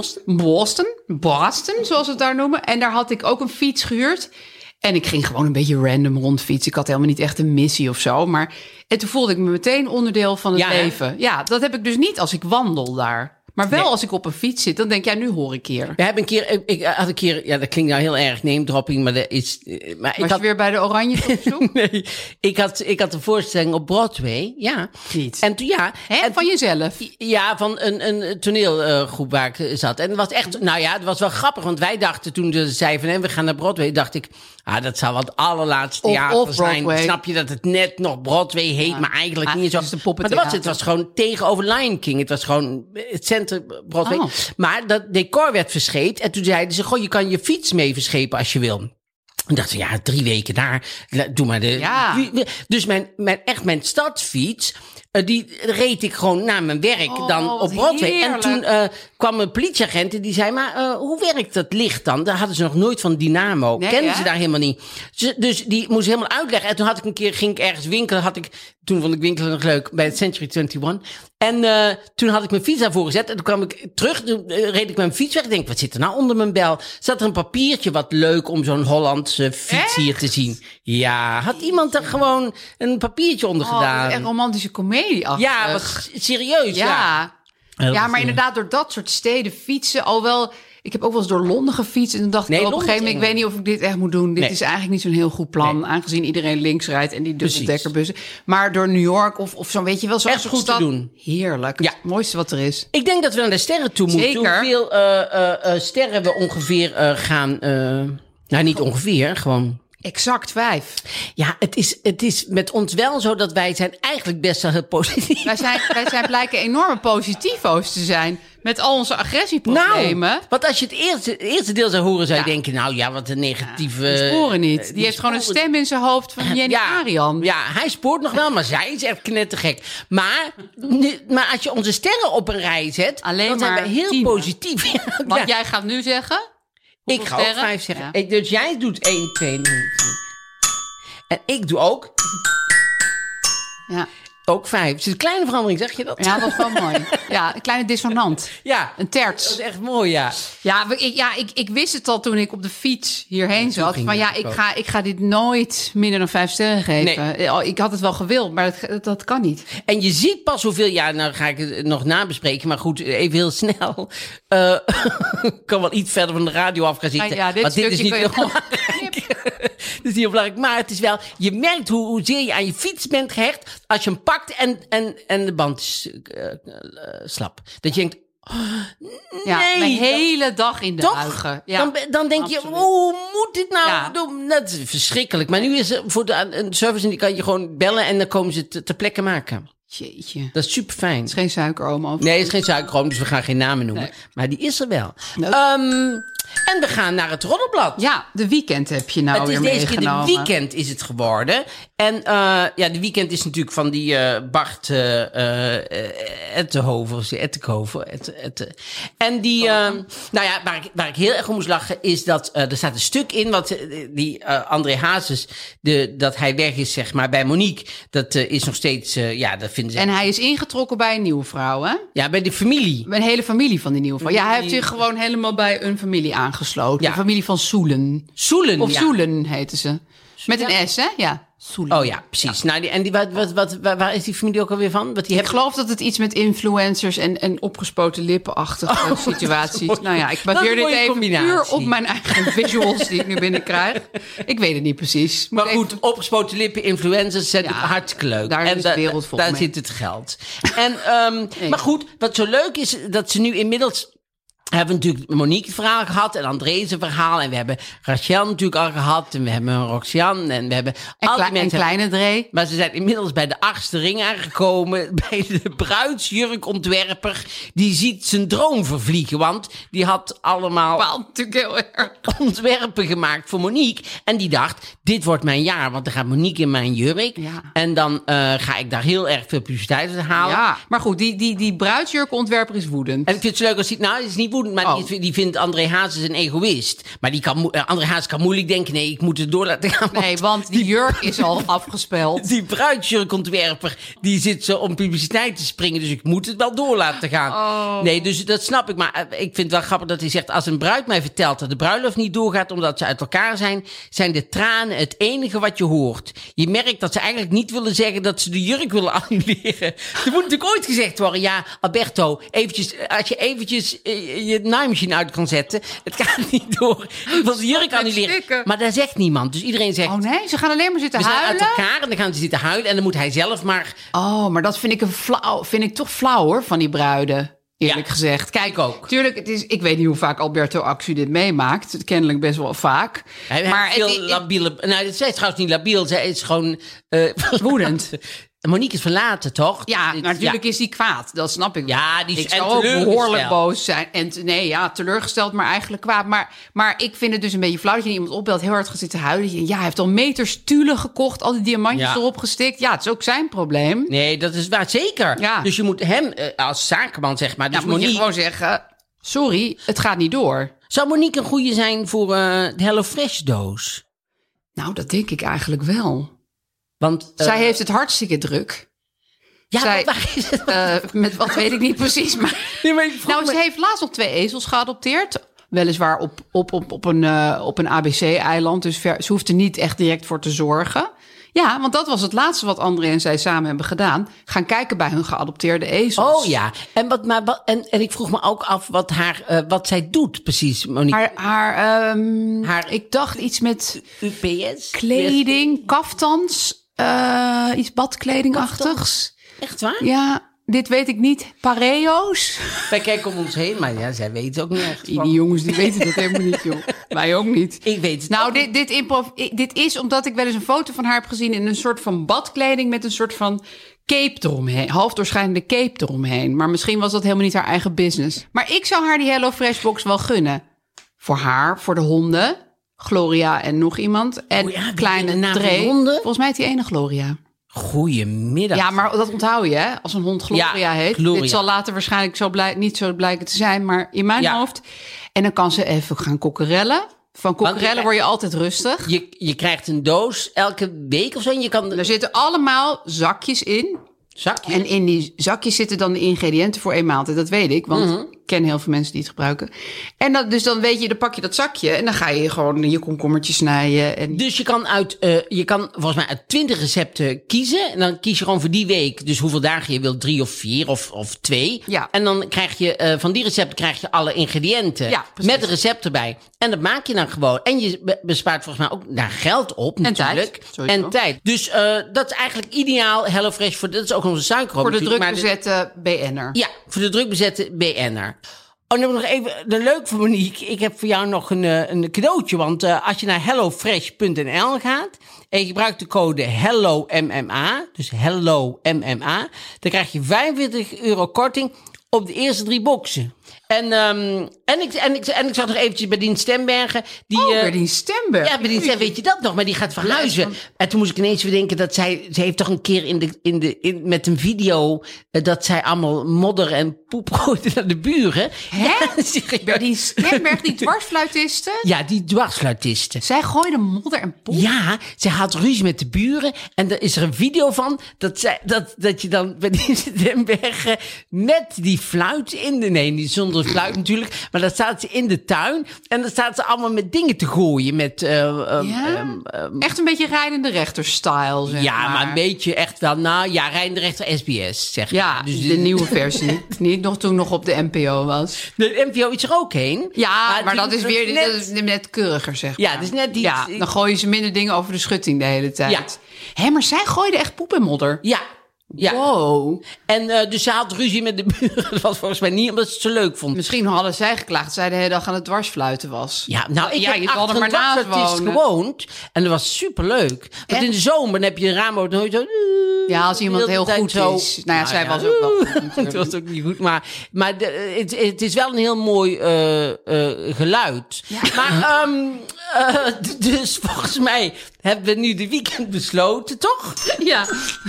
Boston, zoals we het daar noemen. En daar had ik ook een fiets gehuurd. En ik ging gewoon een beetje random rondfietsen. Ik had helemaal niet echt een missie of zo. En toen voelde ik me meteen onderdeel van het Ja, hè? leven. Ja, dat heb ik dus niet als ik wandel daar. Maar wel als ik op een fiets zit, dan denk ik, ja, nu hoor ik hier. We hebben een keer, ik had een keer, ja, dat klinkt nou heel erg name dropping, maar dat is. Maar ik Was had je weer bij de Oranje op zoek? nee, ik had een voorstelling op Broadway, ja. Niet. En toen ja, Hè, en van jezelf? ja, van een toneelgroep waar ik zat. En het was echt, nou ja, het was wel grappig, want wij dachten toen ze zei van, we gaan naar Broadway, dacht ik, dat zou wel het allerlaatste theater Of zijn. Broadway. Snap je dat het net nog Broadway heet, maar eigenlijk niet zo. het is een Maar poppentheater. het was gewoon tegenover Lion King. Het was gewoon het centrum Broadway. Oh. Maar dat decor werd verscheept. En toen zeiden ze, goh, je kan je fiets mee verschepen als je wil. En dacht ja, 3 weken daar. Doe maar de... Ja. Dus mijn stadsfiets... die reed ik gewoon naar mijn werk dan wat op Broadway. heerlijk. En toen kwam een politieagent en die zei... maar hoe werkt dat licht dan? Daar hadden ze nog nooit van Dynamo. Nee, Kenden hè? ze daar helemaal niet. Dus die moest helemaal uitleggen. En toen had ik een keer, ging ik ergens winkelen. Toen vond ik winkelen nog leuk bij het Century 21. En toen had ik mijn fiets daarvoor gezet. En toen kwam ik terug. Toen reed ik mijn fiets weg. Ik denk, wat zit er nou onder mijn bel? Zat er een papiertje wat leuk om zo'n Hollandse fiets hier te zien. Ja, had iemand er gewoon een papiertje onder gedaan? Echt romantische komedie af. Ja, wat serieus. Ja. Ja, maar inderdaad, door dat soort steden fietsen, alhoewel... Ik heb ook wel eens door Londen gefietst en dan dacht Nee, ik op een Londen gegeven moment... is ik weet niet of ik dit echt moet doen. Dit Nee. is eigenlijk niet zo'n heel goed plan, aangezien iedereen links rijdt en die dubbeldekkerbussen. Maar door New York of zo, weet je wel, zo'n Echt soort goed te stad. doen. Heerlijk. Ja. Het mooiste wat er is. Ik denk dat we naar de sterren toe moeten. Zeker. Hoeveel sterren we ongeveer gaan... nou, niet ongeveer, gewoon... Exact 5. Ja, het is met ons wel zo dat wij zijn eigenlijk best wel heel positief. Wij zijn blijken enorme positivo's te zijn met al onze agressieproblemen. Nou, want als je het eerste deel zou horen, zou je Ja. denken... nou ja, wat een negatieve... Die sporen niet. Die heeft gewoon een stem in zijn hoofd van Jenny Arian. Ja, hij spoort nog wel, maar zij is echt knettergek. Maar als je onze sterren op een rij zet... Alleen dan zijn maar wij heel 10. positief. Ja. Want jij gaat nu zeggen... Ik hoeveel ga ook sterren? 5 zeggen. Ja. Dus jij doet 1, 2, 3. En ik doe ook... Ja. Ook 5. Het is een kleine verandering, zeg je dat? Ja, dat was wel mooi. Ja, een kleine dissonant. Ja. Een terts. Dat is echt mooi, ja. Ja, ik wist het al toen ik op de fiets hierheen zat. Maar ja, ik ga dit nooit minder dan 5 sterren geven. Nee. Ik had het wel gewild, maar dat kan niet. En je ziet pas hoeveel... Ja, nou ga ik het nog nabespreken. Maar goed, even heel snel. Ik kan wel iets verder van de radio af gaan zitten. Ja, dit is niet heel dit is niet heel belangrijk. Maar het is wel... Je merkt hoezeer je aan je fiets bent gehecht... als je hem pakt en de band is slap. Dat je denkt... Ja, nee, de hele dag in de toch? uigen. Ja, dan denk je, hoe moet dit nou doen? Dat is verschrikkelijk. Maar nu is er voor een service, die kan je gewoon bellen en dan komen ze het ter plekke maken. Jeetje. Dat is super fijn. Het is geen suikeroom. Of... Nee, het is geen suikeroom, dus we gaan geen namen noemen. Nee. Maar die is er wel. En we gaan naar het Roddelblad. Ja, de Weekend heb je nou weer meegenomen. Het is deze keer de Weekend is het geworden. En de Weekend is natuurlijk van die Bart Ettenhoven. En die, waar ik heel erg om moest lachen, is dat er staat een stuk in wat die André Hazes, dat hij weg is, zeg maar, bij Monique. Dat is nog steeds, dat vinden ze. En hij is ingetrokken bij een nieuwe vrouw, hè? Ja, bij de familie. Bij een hele familie van die nieuwe vrouw. Ja, hij heeft zich gewoon helemaal bij een familie aangesloten. Ja. De familie van Soelen. Soelen, of Soelen heten ze. Met een S, hè? Ja. Soelen. Oh ja, precies. Ja. Nou, waar is die familie ook alweer van? Ik geloof dat het iets met influencers en opgespoten lippenachtige situaties. Nou ja, ik baseer dit even puur op mijn eigen visuals die ik nu binnenkrijg. Ik weet het niet precies. Maar goed, opgespoten lippen, influencers zijn hartstikke leuk. Daar is de wereld vol Daar mee. zit het geld. En, maar goed, wat zo leuk is, dat ze nu inmiddels... We hebben natuurlijk Monique het verhaal gehad en André zijn verhaal. En we hebben Rachel natuurlijk al gehad. En we hebben Roxanne. En we hebben en Kleine Dree. Maar ze zijn inmiddels bij de 8e ring aangekomen. Bij de bruidsjurkontwerper. Die ziet zijn droom vervliegen. Want die had allemaal natuurlijk heel erg ontwerpen gemaakt voor Monique. En die dacht, dit wordt mijn jaar. Want dan gaat Monique in mijn jurk. Ja. En dan ga ik daar heel erg veel publiciteit uit halen. Ja, maar goed, die bruidsjurkontwerper is woedend. En ik vind het zo leuk als hij... Nou, het is niet woedend, maar die vindt André Hazes een egoïst. Maar André Hazes kan moeilijk denken, nee, ik moet het door laten gaan. Nee, want die jurk is al afgespeld. Die bruidsjurkontwerper, die zit zo om publiciteit te springen, dus ik moet het wel door laten gaan. Oh. Nee, dus dat snap ik. Maar ik vind het wel grappig dat hij zegt, als een bruid mij vertelt dat de bruiloft niet doorgaat omdat ze uit elkaar zijn de tranen het enige wat je hoort. Je merkt dat ze eigenlijk niet willen zeggen dat ze de jurk willen annuleren. Er moet natuurlijk ooit gezegd worden, ja, Alberto, als je eventjes je naaimachine uit kan zetten. Het gaat niet door. Ik wil de jurk annuleren. Maar daar zegt niemand. Dus iedereen zegt... Oh nee, ze gaan alleen maar zitten huilen? We zijn uit elkaar en dan gaan ze zitten huilen. En dan moet hij zelf maar... Oh, maar dat vind ik toch flauw hoor, van die bruiden. Eerlijk gezegd. Kijk ook. Tuurlijk, ik weet niet hoe vaak Alberto Actu dit meemaakt. Kennelijk best wel vaak. Maar veel labiele... Nou, zij is trouwens niet labiel. Zij is gewoon... woedend. Monique is verlaten, toch? Ja, natuurlijk is die kwaad. Dat snap ik wel. Ja, die is ook behoorlijk boos zijn. En teleurgesteld, maar eigenlijk kwaad. Maar ik vind het dus een beetje flauw dat je iemand opbelt, heel hard gaat zitten huilen. Ja, hij heeft al meters tulle gekocht, al die diamantjes erop gestikt. Ja, het is ook zijn probleem. Nee, dat is waar, zeker. Ja. Dus je moet hem als zakenman, zeg maar. Dus moet je gewoon zeggen, sorry, het gaat niet door. Zou Monique een goede zijn voor de HelloFresh-doos? Nou, dat denk ik eigenlijk wel. Want zij heeft het hartstikke druk. Ja, waar is het? Met wat weet ik niet precies. Maar... ze heeft laatst nog 2 ezels geadopteerd. Weliswaar op een ABC-eiland. Dus ze hoeft er niet echt direct voor te zorgen. Ja, want dat was het laatste wat André en zij samen hebben gedaan. Gaan kijken bij hun geadopteerde ezels. Oh ja, en ik vroeg me ook af wat zij doet precies, Monique. Ik dacht iets met UPS? Kleding, kaftans, iets badkledingachtigs. Echt waar? Ja, dit weet ik niet. Pareo's? Wij kijken om ons heen, maar ja, zij weten ook niet echt. Die jongens die weten dat helemaal niet, joh. Wij ook niet. Ik weet het. Nou, dit is omdat ik wel eens een foto van haar heb gezien in een soort van badkleding met een soort van cape eromheen. Half doorschijnende cape eromheen. Maar misschien was dat helemaal niet haar eigen business. Maar ik zou haar die HelloFresh-box wel gunnen. Voor haar, voor de honden. Gloria en nog iemand. En Kleine Dree. Volgens mij heet die ene Gloria. Goedemiddag. Ja, maar dat onthoud je, hè? Als een hond Gloria heet. Gloria. Dit zal later waarschijnlijk niet zo blijken te zijn, maar in mijn hoofd. En dan kan ze even gaan kokkerellen. Van kokkerellen word je altijd rustig. Je krijgt een doos elke week of zo. En je kan... Er zitten allemaal zakjes in. Zakjes? En in die zakjes zitten dan de ingrediënten voor 1 maaltijd. Dat weet ik, want ik ken heel veel mensen die het gebruiken. En dan weet je, dan pak je dat zakje en dan ga je gewoon je komkommertjes snijden. En... Dus je kan volgens mij uit 20 recepten kiezen. En dan kies je gewoon voor die week. Dus hoeveel dagen je wilt, 3 of 4 of 2. Ja. En dan krijg je van die recepten krijg je alle ingrediënten. Ja, precies. Met een recept erbij. En dat maak je dan gewoon. En je bespaart volgens mij ook daar geld op natuurlijk. En tijd. Dus dat is eigenlijk ideaal. HelloFresh, dat is ook onze suiker. Voor de druk bezette BN'er. Ja, voor de druk bezette BN'er. Oh, dan heb ik nog even leuk voor Monique. Ik heb voor jou nog een cadeautje. Want als je naar hellofresh.nl gaat en je gebruikt de code HelloMMA, dus HelloMMA, dan krijg je €45 korting op de eerste 3 boxen. En ik zag nog eventjes Berdien Stembergen. Berdien Stembergen. Ja, Berdien Stembergen, weet je dat nog? Maar die gaat verhuizen. En toen moest ik ineens weer denken dat ze heeft toch een keer met een video dat zij allemaal modder en poep gooide naar de buren. Hè? Ja, Berdien Stembergen, die dwarsfluitiste? Ja, die dwarsfluitiste. Zij gooide modder en poep? Ja, zij had ruzie met de buren. En er is er een video van dat je dan Berdien Stembergen met die fluit niet zonder fluit natuurlijk, maar dan staat ze in de tuin en dan staat ze allemaal met dingen te gooien. Echt een beetje rijdende rechter-style, zeg maar een beetje echt wel, rijdende rechter SBS, zeg je. Ja, dus de nieuwe versie. Niet toen nog op de NPO was. De NPO is er ook heen. Ja, maar dat is weer net keuriger, zeg maar. Ja, dus net die... Ja, dan gooien ze minder dingen over de schutting de hele tijd. Ja. Hé, maar zij gooide echt poep en modder. Ja. Ja. Wow. En dus ze had ruzie met de buren. Dat was volgens mij niet omdat ze het zo leuk vond. Misschien hadden zij geklaagd dat zij de hele dag aan het dwarsfluiten was. Ja, nou, ik heb achter een dwarsfluitist gewoond. En dat was superleuk. Want in de zomer dan heb je een raam open. Nooit zo... Ja, als iemand heel goed is. Nou ja, zij was ook wel goed. Het was ook niet goed. Maar het is wel een heel mooi geluid. Ja. Maar dus volgens mij hebben we nu de weekend besloten, toch? Ja.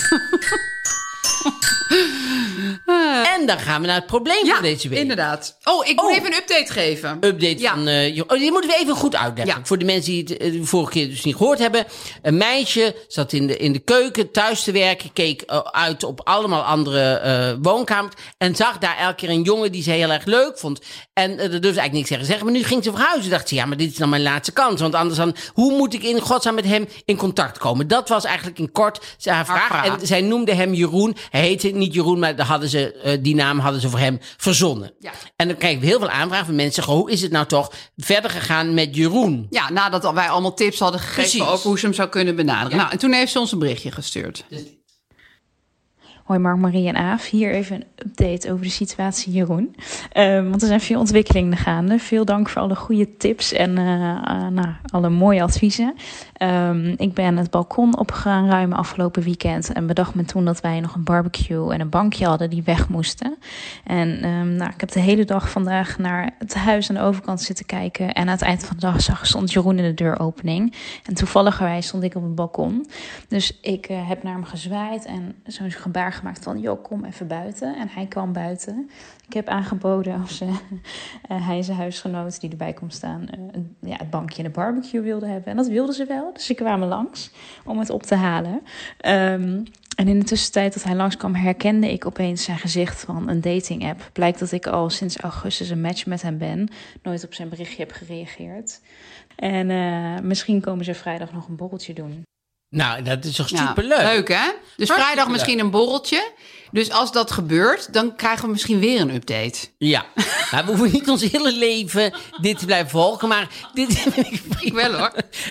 En dan gaan we naar het probleem van deze week. Inderdaad. Ik moet even een update geven. Update van... die moeten we even goed uitleggen. Ja. Voor de mensen die het de vorige keer dus niet gehoord hebben. Een meisje zat in de keuken thuis te werken. Keek uit op allemaal andere woonkamers. En zag daar elke keer een jongen die ze heel erg leuk vond. En dat durfde eigenlijk niks zeggen. Maar nu ging ze verhuizen. Dacht ze, ja, maar dit is dan mijn laatste kans. Want anders dan, hoe moet ik in godsnaam met hem in contact komen? Dat was eigenlijk in kort haar vraag. En zij noemde hem Jeroen. Hij heette niet Jeroen, maar die naam hadden ze voor hem verzonnen. Ja. En dan krijgen we heel veel aanvragen van mensen. Hoe is het nou toch verder gegaan met Jeroen? Ja, nadat wij allemaal tips hadden gegeven over hoe ze hem zou kunnen benaderen. Ja. Nou, en toen heeft ze ons een berichtje gestuurd. Hoi Mark, Marie en Aaf. Hier even een update over de situatie Jeroen. Want er zijn veel ontwikkelingen gaande. Veel dank voor alle goede tips en alle mooie adviezen. Ik ben het balkon opgegaan ruim afgelopen weekend. En bedacht me toen dat wij nog een barbecue en een bankje hadden die weg moesten. En ik heb de hele dag vandaag naar het huis aan de overkant zitten kijken. En aan het eind van de dag stond Jeroen in de deuropening. En toevalligerwijs stond ik op het balkon. Dus ik heb naar hem gezwaaid en zo'n gebaar gemaakt van, joh, kom even buiten. En hij kwam buiten. Ik heb aangeboden als hij zijn huisgenoot die erbij komt staan het bankje en de barbecue wilde hebben. En dat wilden ze wel. Dus ze kwamen langs om het op te halen. En in de tussentijd dat hij langskwam herkende ik opeens zijn gezicht van een dating app. Blijkt dat ik al sinds augustus een match met hem ben. Nooit op zijn berichtje heb gereageerd. En misschien komen ze vrijdag nog een borreltje doen. Nou, dat is toch superleuk? Leuk, hè? Dus vrijdag misschien een borreltje. Dus als dat gebeurt, dan krijgen we misschien weer een update. Ja, maar we hoeven niet ons hele leven dit te blijven volgen. Maar dit ik wel, hoor.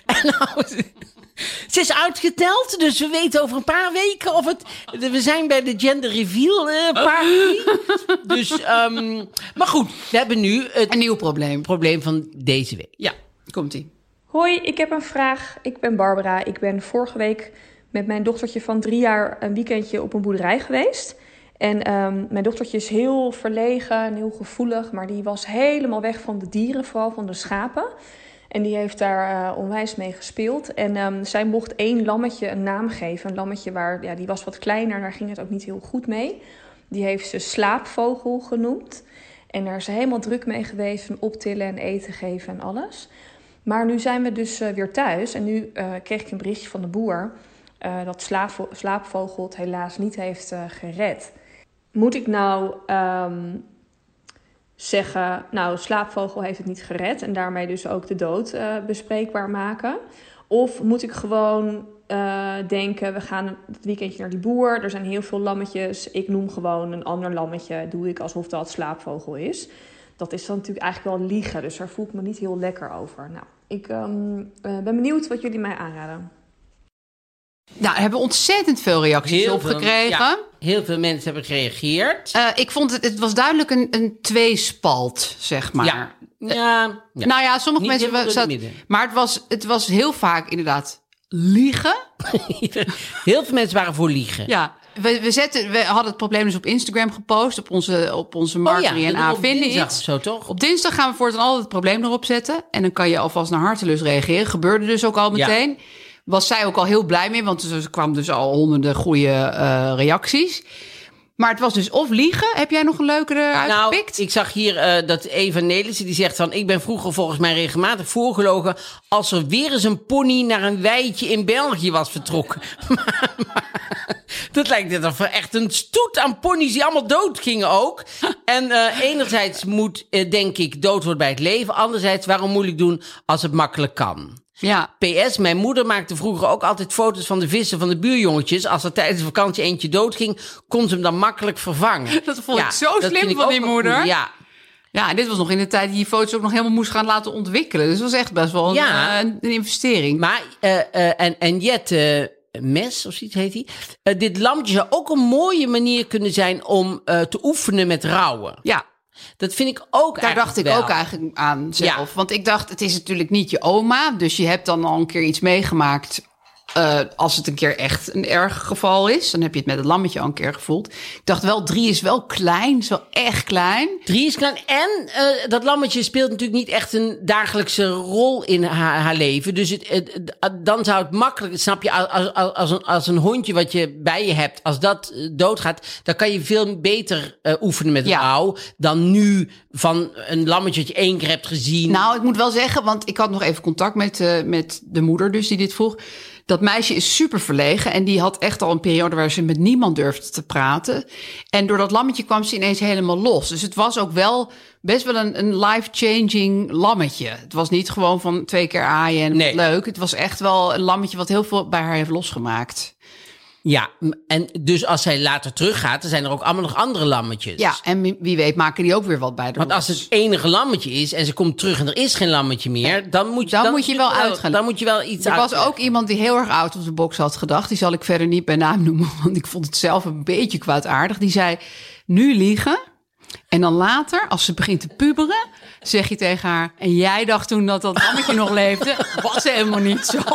Ze is uitgeteld, dus we weten over een paar weken of het... We zijn bij de gender reveal party. Dus, maar goed, we hebben nu een nieuw probleem van deze week. Ja, komt-ie. Hoi, ik heb een vraag. Ik ben Barbara. Ik ben vorige week met mijn dochtertje van 3 jaar een weekendje op een boerderij geweest. En mijn dochtertje is heel verlegen en heel gevoelig, maar die was helemaal weg van de dieren, vooral van de schapen. En die heeft daar onwijs mee gespeeld. En zij mocht 1 lammetje een naam geven. Een lammetje die was wat kleiner, daar ging het ook niet heel goed mee. Die heeft ze slaapvogel genoemd. En daar is ze helemaal druk mee geweest, van optillen en eten geven en alles. Maar nu zijn we dus weer thuis en nu kreeg ik een berichtje van de boer dat slaapvogel het helaas niet heeft gered. Moet ik nou zeggen, nou, slaapvogel heeft het niet gered en daarmee dus ook de dood bespreekbaar maken? Of moet ik gewoon denken, we gaan het weekendje naar die boer, er zijn heel veel lammetjes, ik noem gewoon een ander lammetje, doe ik alsof dat slaapvogel is. Dat is dan natuurlijk eigenlijk wel liegen, dus daar voel ik me niet heel lekker over. Nou, ik ben benieuwd wat jullie mij aanraden. Nou, we hebben ontzettend veel reacties op gekregen. Ja, heel veel mensen hebben gereageerd. Ik vond het was duidelijk een tweespalt, zeg maar. Ja. Nou ja, sommige mensen... Maar het was heel vaak inderdaad liegen. Heel veel mensen waren voor liegen. Ja, we hadden het probleem dus op Instagram gepost. Op onze Marjorie en A vinden iets. Zo toch? Op dinsdag gaan we voortaan altijd het probleem erop zetten. En dan kan je alvast naar hartelust reageren. Gebeurde dus ook al meteen. Ja. Was zij ook al heel blij mee, want er kwam dus al honderden goede reacties. Maar het was dus of liegen. Heb jij nog een leukere uitgepikt? Nou, ik zag hier dat Eva Nelissen die zegt van... ik ben vroeger volgens mij regelmatig voorgelogen... als er weer eens een pony naar een weidje in België was vertrokken. maar dat lijkt net of er echt een stoet aan ponies die allemaal dood gingen ook. En enerzijds moet, denk ik, dood wordt bij het leven. Anderzijds, waarom moeilijk doen als het makkelijk kan? Ja. PS, mijn moeder maakte vroeger ook altijd foto's van de vissen van de buurjongetjes. Als er tijdens de vakantie eentje doodging, kon ze hem dan makkelijk vervangen. Dat vond ik zo slim van die moeder. Goed. Ja, en dit was nog in de tijd die je foto's ook nog helemaal moest gaan laten ontwikkelen. Dus dat was echt best wel een investering. Maar, en Jet Mes, of zoiets heet hij. Dit lampje zou ook een mooie manier kunnen zijn om te oefenen met rouwen. Ja. Dat vind ik ook daar dacht ik ook eigenlijk aan zelf. Ja. Want ik dacht, het is natuurlijk niet je oma. Dus je hebt dan al een keer iets meegemaakt. Als het een keer echt een erg geval is. Dan heb je het met het lammetje al een keer gevoeld. Ik dacht wel, 3 is wel klein. Is wel echt klein. 3 is klein. En dat lammetje speelt natuurlijk niet echt een dagelijkse rol in haar leven. Dus dan zou het makkelijk... Snap je, als een hondje wat je bij je hebt... Als dat doodgaat, dan kan je veel beter oefenen met rouw... dan nu van een lammetje dat je 1 keer hebt gezien. Nou, ik moet wel zeggen, want ik had nog even contact met de moeder dus die dit vroeg... Dat meisje is super verlegen en die had echt al een periode waar ze met niemand durfde te praten. En door dat lammetje kwam ze ineens helemaal los. Dus het was ook wel best wel een life-changing lammetje. Het was niet gewoon van 2 keer aaien en leuk. Het was echt wel een lammetje wat heel veel bij haar heeft losgemaakt. Ja, en dus als zij later teruggaat, dan zijn er ook allemaal nog andere lammetjes. Ja, en wie weet maken die ook weer wat bij de Want als het enige lammetje is en ze komt terug en er is geen lammetje meer... Dan moet je wel uitgaan. Dan moet je wel iets Er was ook iemand die heel erg out of the box had gedacht. Die zal ik verder niet bij naam noemen, want ik vond het zelf een beetje kwaadaardig. Die zei, nu liegen... En dan later, als ze begint te puberen, zeg je tegen haar... en jij dacht toen dat lammetje nog leefde, was helemaal niet zo.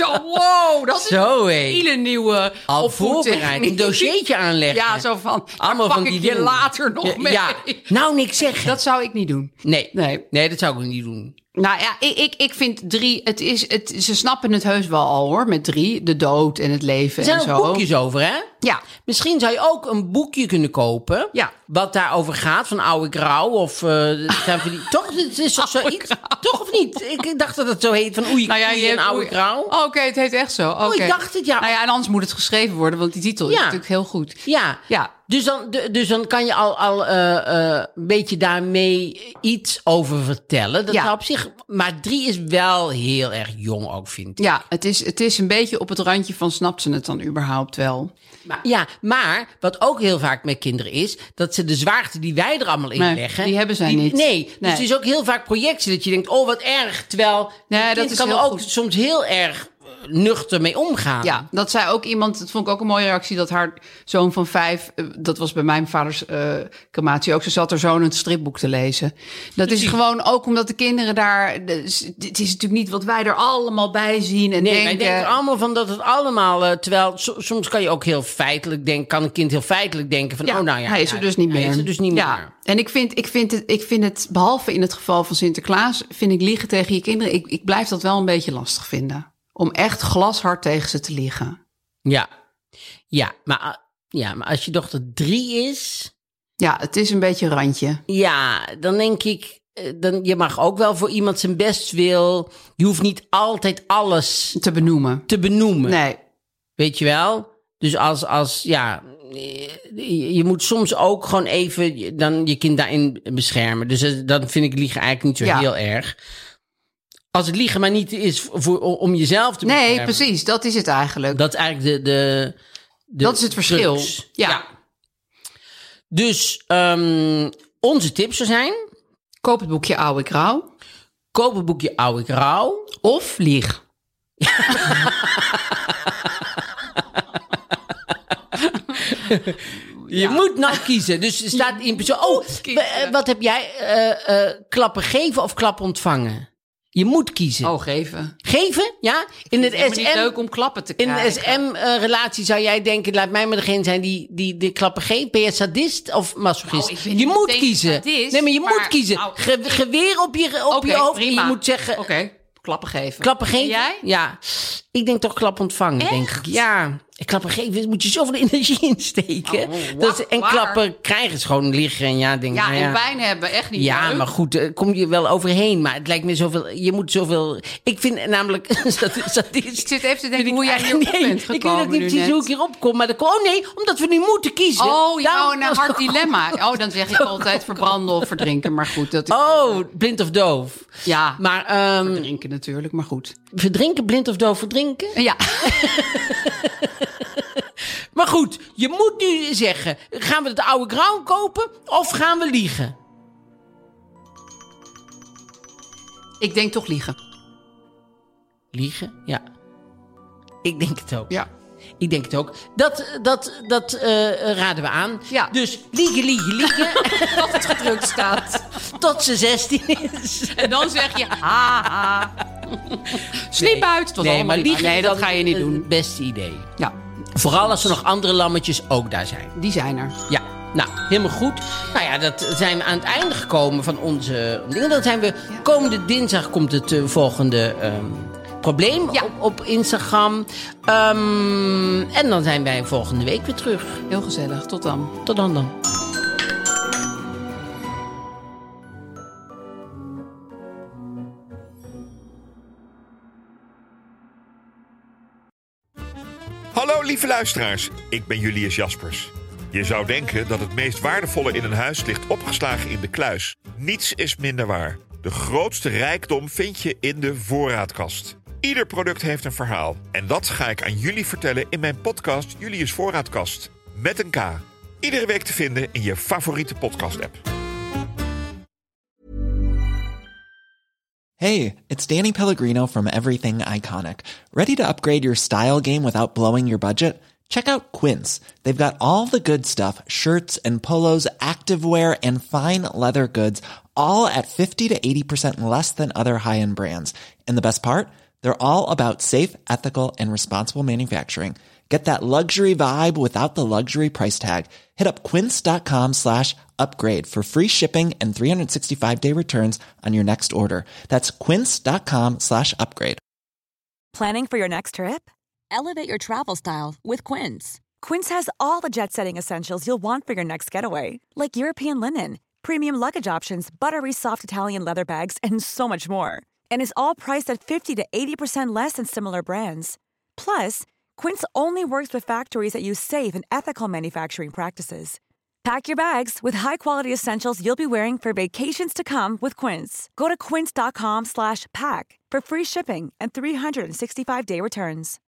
Wow, dat is een hele nieuwe al voorbereid, een dossiertje aanleggen. Ja, zo van, allemaal pak van die ik je later nog mee. Ja. Nou, niks zeggen. Dat zou ik niet doen. Nee, dat zou ik niet doen. Nou ja, ik vind 3, ze snappen het heus wel al hoor, met 3, de dood en het leven en zo. Er zijn ook boekjes over, hè? Ja. Misschien zou je ook een boekje kunnen kopen, wat daarover gaat, van oude grauw of... toch? Het is toch zoiets? Toch of niet? Ik dacht dat het zo heet, van oei, een oude grauw. Oké, het heet echt zo. Okay. Oh, ik dacht het, ja. Nou ja, en anders moet het geschreven worden, want die titel is natuurlijk heel goed. Ja. Dus dan kan je al een beetje daarmee iets over vertellen. Dat zou op zich... Maar 3 is wel heel erg jong ook, vind ik. Ja, het is een beetje op het randje van snapt ze het dan überhaupt wel. Maar wat ook heel vaak met kinderen is... dat ze de zwaarte die wij er allemaal in leggen... die hebben zij niet. Nee, dus het is ook heel vaak projectie dat je denkt... oh, wat erg, terwijl... dat kan er ook soms heel erg... nuchter mee omgaan. Ja, dat zei ook iemand, dat vond ik ook een mooie reactie, dat haar zoon van 5, dat was bij mijn vaders crematie ook, ze zat haar zoon een stripboek te lezen. Dat is gewoon ook omdat de kinderen daar, het is natuurlijk niet wat wij er allemaal bij zien en denken. Wij denken allemaal van dat het allemaal, terwijl soms kan je ook heel feitelijk denken, kan een kind heel feitelijk denken van, hij is er dus niet meer. Hij is er dus niet meer. En ik vind het, behalve in het geval van Sinterklaas, vind ik liegen tegen je kinderen, ik blijf dat wel een beetje lastig vinden. Om echt glashard tegen ze te liegen. Ja, maar als je dochter 3 is... Ja, het is een beetje een randje. Ja, dan denk ik... je mag ook wel voor iemand zijn best wil... Je hoeft niet altijd alles... Te benoemen. Nee. Weet je wel? Dus je moet soms ook gewoon even dan je kind daarin beschermen. Dus dan vind ik liegen eigenlijk niet zo heel erg. Als het liegen maar niet is om jezelf te beschermen. Nee, precies. Dat is het eigenlijk. Dat is eigenlijk dat is het verschil. Drugs. Ja. Dus onze tips zou zijn... Koop het boekje Oude ik Rauw. Koop het boekje Oude ik Rauw. Of lieg. Je moet nou kiezen. Dus er staat in persoon... wat heb jij? Klappen geven of klappen ontvangen? Je moet kiezen. Oh, geven. Geven, ja? In het Het is niet leuk om klappen te krijgen. In de SM-relatie zou jij denken... laat mij maar degene zijn die de klappen geeft. Ben je sadist of masochist? Nou, ik ben je niet moet meteen kiezen. sadist, Nee, maar je maar- moet kiezen. nou, Geweer op je hoofd. Prima. En je moet zeggen... Oké, klappen geven. Klappen geven? En jij? Ja. Ik denk toch klap ontvangen, denk ik. Ja. Klappen geven, moet je zoveel energie insteken. En klappen krijgen is gewoon liggen. En En pijn hebben, echt niet Ja, leuk. maar goed, kom je wel overheen. Maar het lijkt me zoveel... Je moet zoveel... Ik vind namelijk... Ik zit even te denken hoe jij hierop bent gekomen. Ik weet ook niet precies hoe ik hierop kom. Maar omdat we nu moeten kiezen. Een hard dilemma. Oh, dan zeg ik altijd verbranden of verdrinken. Maar goed, dat is... Blind of doof. Ja, maar, verdrinken natuurlijk, maar goed. Verdrinken, blind of doof verdrinken? Ja. Maar goed, je moet nu zeggen... gaan we het oude grauw kopen of gaan we liegen? Ik denk toch liegen. Liegen? Ja. Ik denk het ook. Ja. Ik denk het ook. Dat raden we aan. Ja. Dus liegen. Tot het gedrukt staat. Tot ze 16 is. En dan zeg je, haha. Sliep uit. Het was Nee, allemaal maar niet liegen waar. Nee, is dat dan ga je niet het doen. beste idee. Ja, Vooral als er nog andere lammetjes ook daar zijn. die zijn er. Ja, nou, helemaal goed. Nou ja, dat zijn we aan het einde gekomen van onze dingen. Dan zijn we komende dinsdag komt het volgende probleem op Instagram. En dan zijn wij volgende week weer terug. Heel gezellig. Tot dan. Tot dan. Hallo lieve luisteraars, ik ben Julius Jaspers. Je zou denken dat het meest waardevolle in een huis ligt opgeslagen in de kluis. Niets is minder waar. De grootste rijkdom vind je in de voorraadkast. Ieder product heeft een verhaal. En dat ga ik aan jullie vertellen in mijn podcast Julius Voorraadkast. Met een K. Iedere week te vinden in je favoriete podcast-app. Hey, it's Danny Pellegrino from Everything Iconic. Ready to upgrade your style game without blowing your budget? Check out Quince. They've got all the good stuff, shirts and polos, activewear, and fine leather goods, all at 50 to 80% less than other high-end brands. And the best part? They're all about safe, ethical, and responsible manufacturing. Get that luxury vibe without the luxury price tag. Hit up quince.com/upgrade for free shipping and 365-day returns on your next order. That's quince.com/upgrade. Planning for your next trip? Elevate your travel style with Quince. Quince has all the jet-setting essentials you'll want for your next getaway, like European linen, premium luggage options, buttery soft Italian leather bags, and so much more. And is all priced at 50 to 80% less than similar brands. Plus, Quince only works with factories that use safe and ethical manufacturing practices. Pack your bags with high-quality essentials you'll be wearing for vacations to come with Quince. Go to quince.com/pack for free shipping and 365-day returns.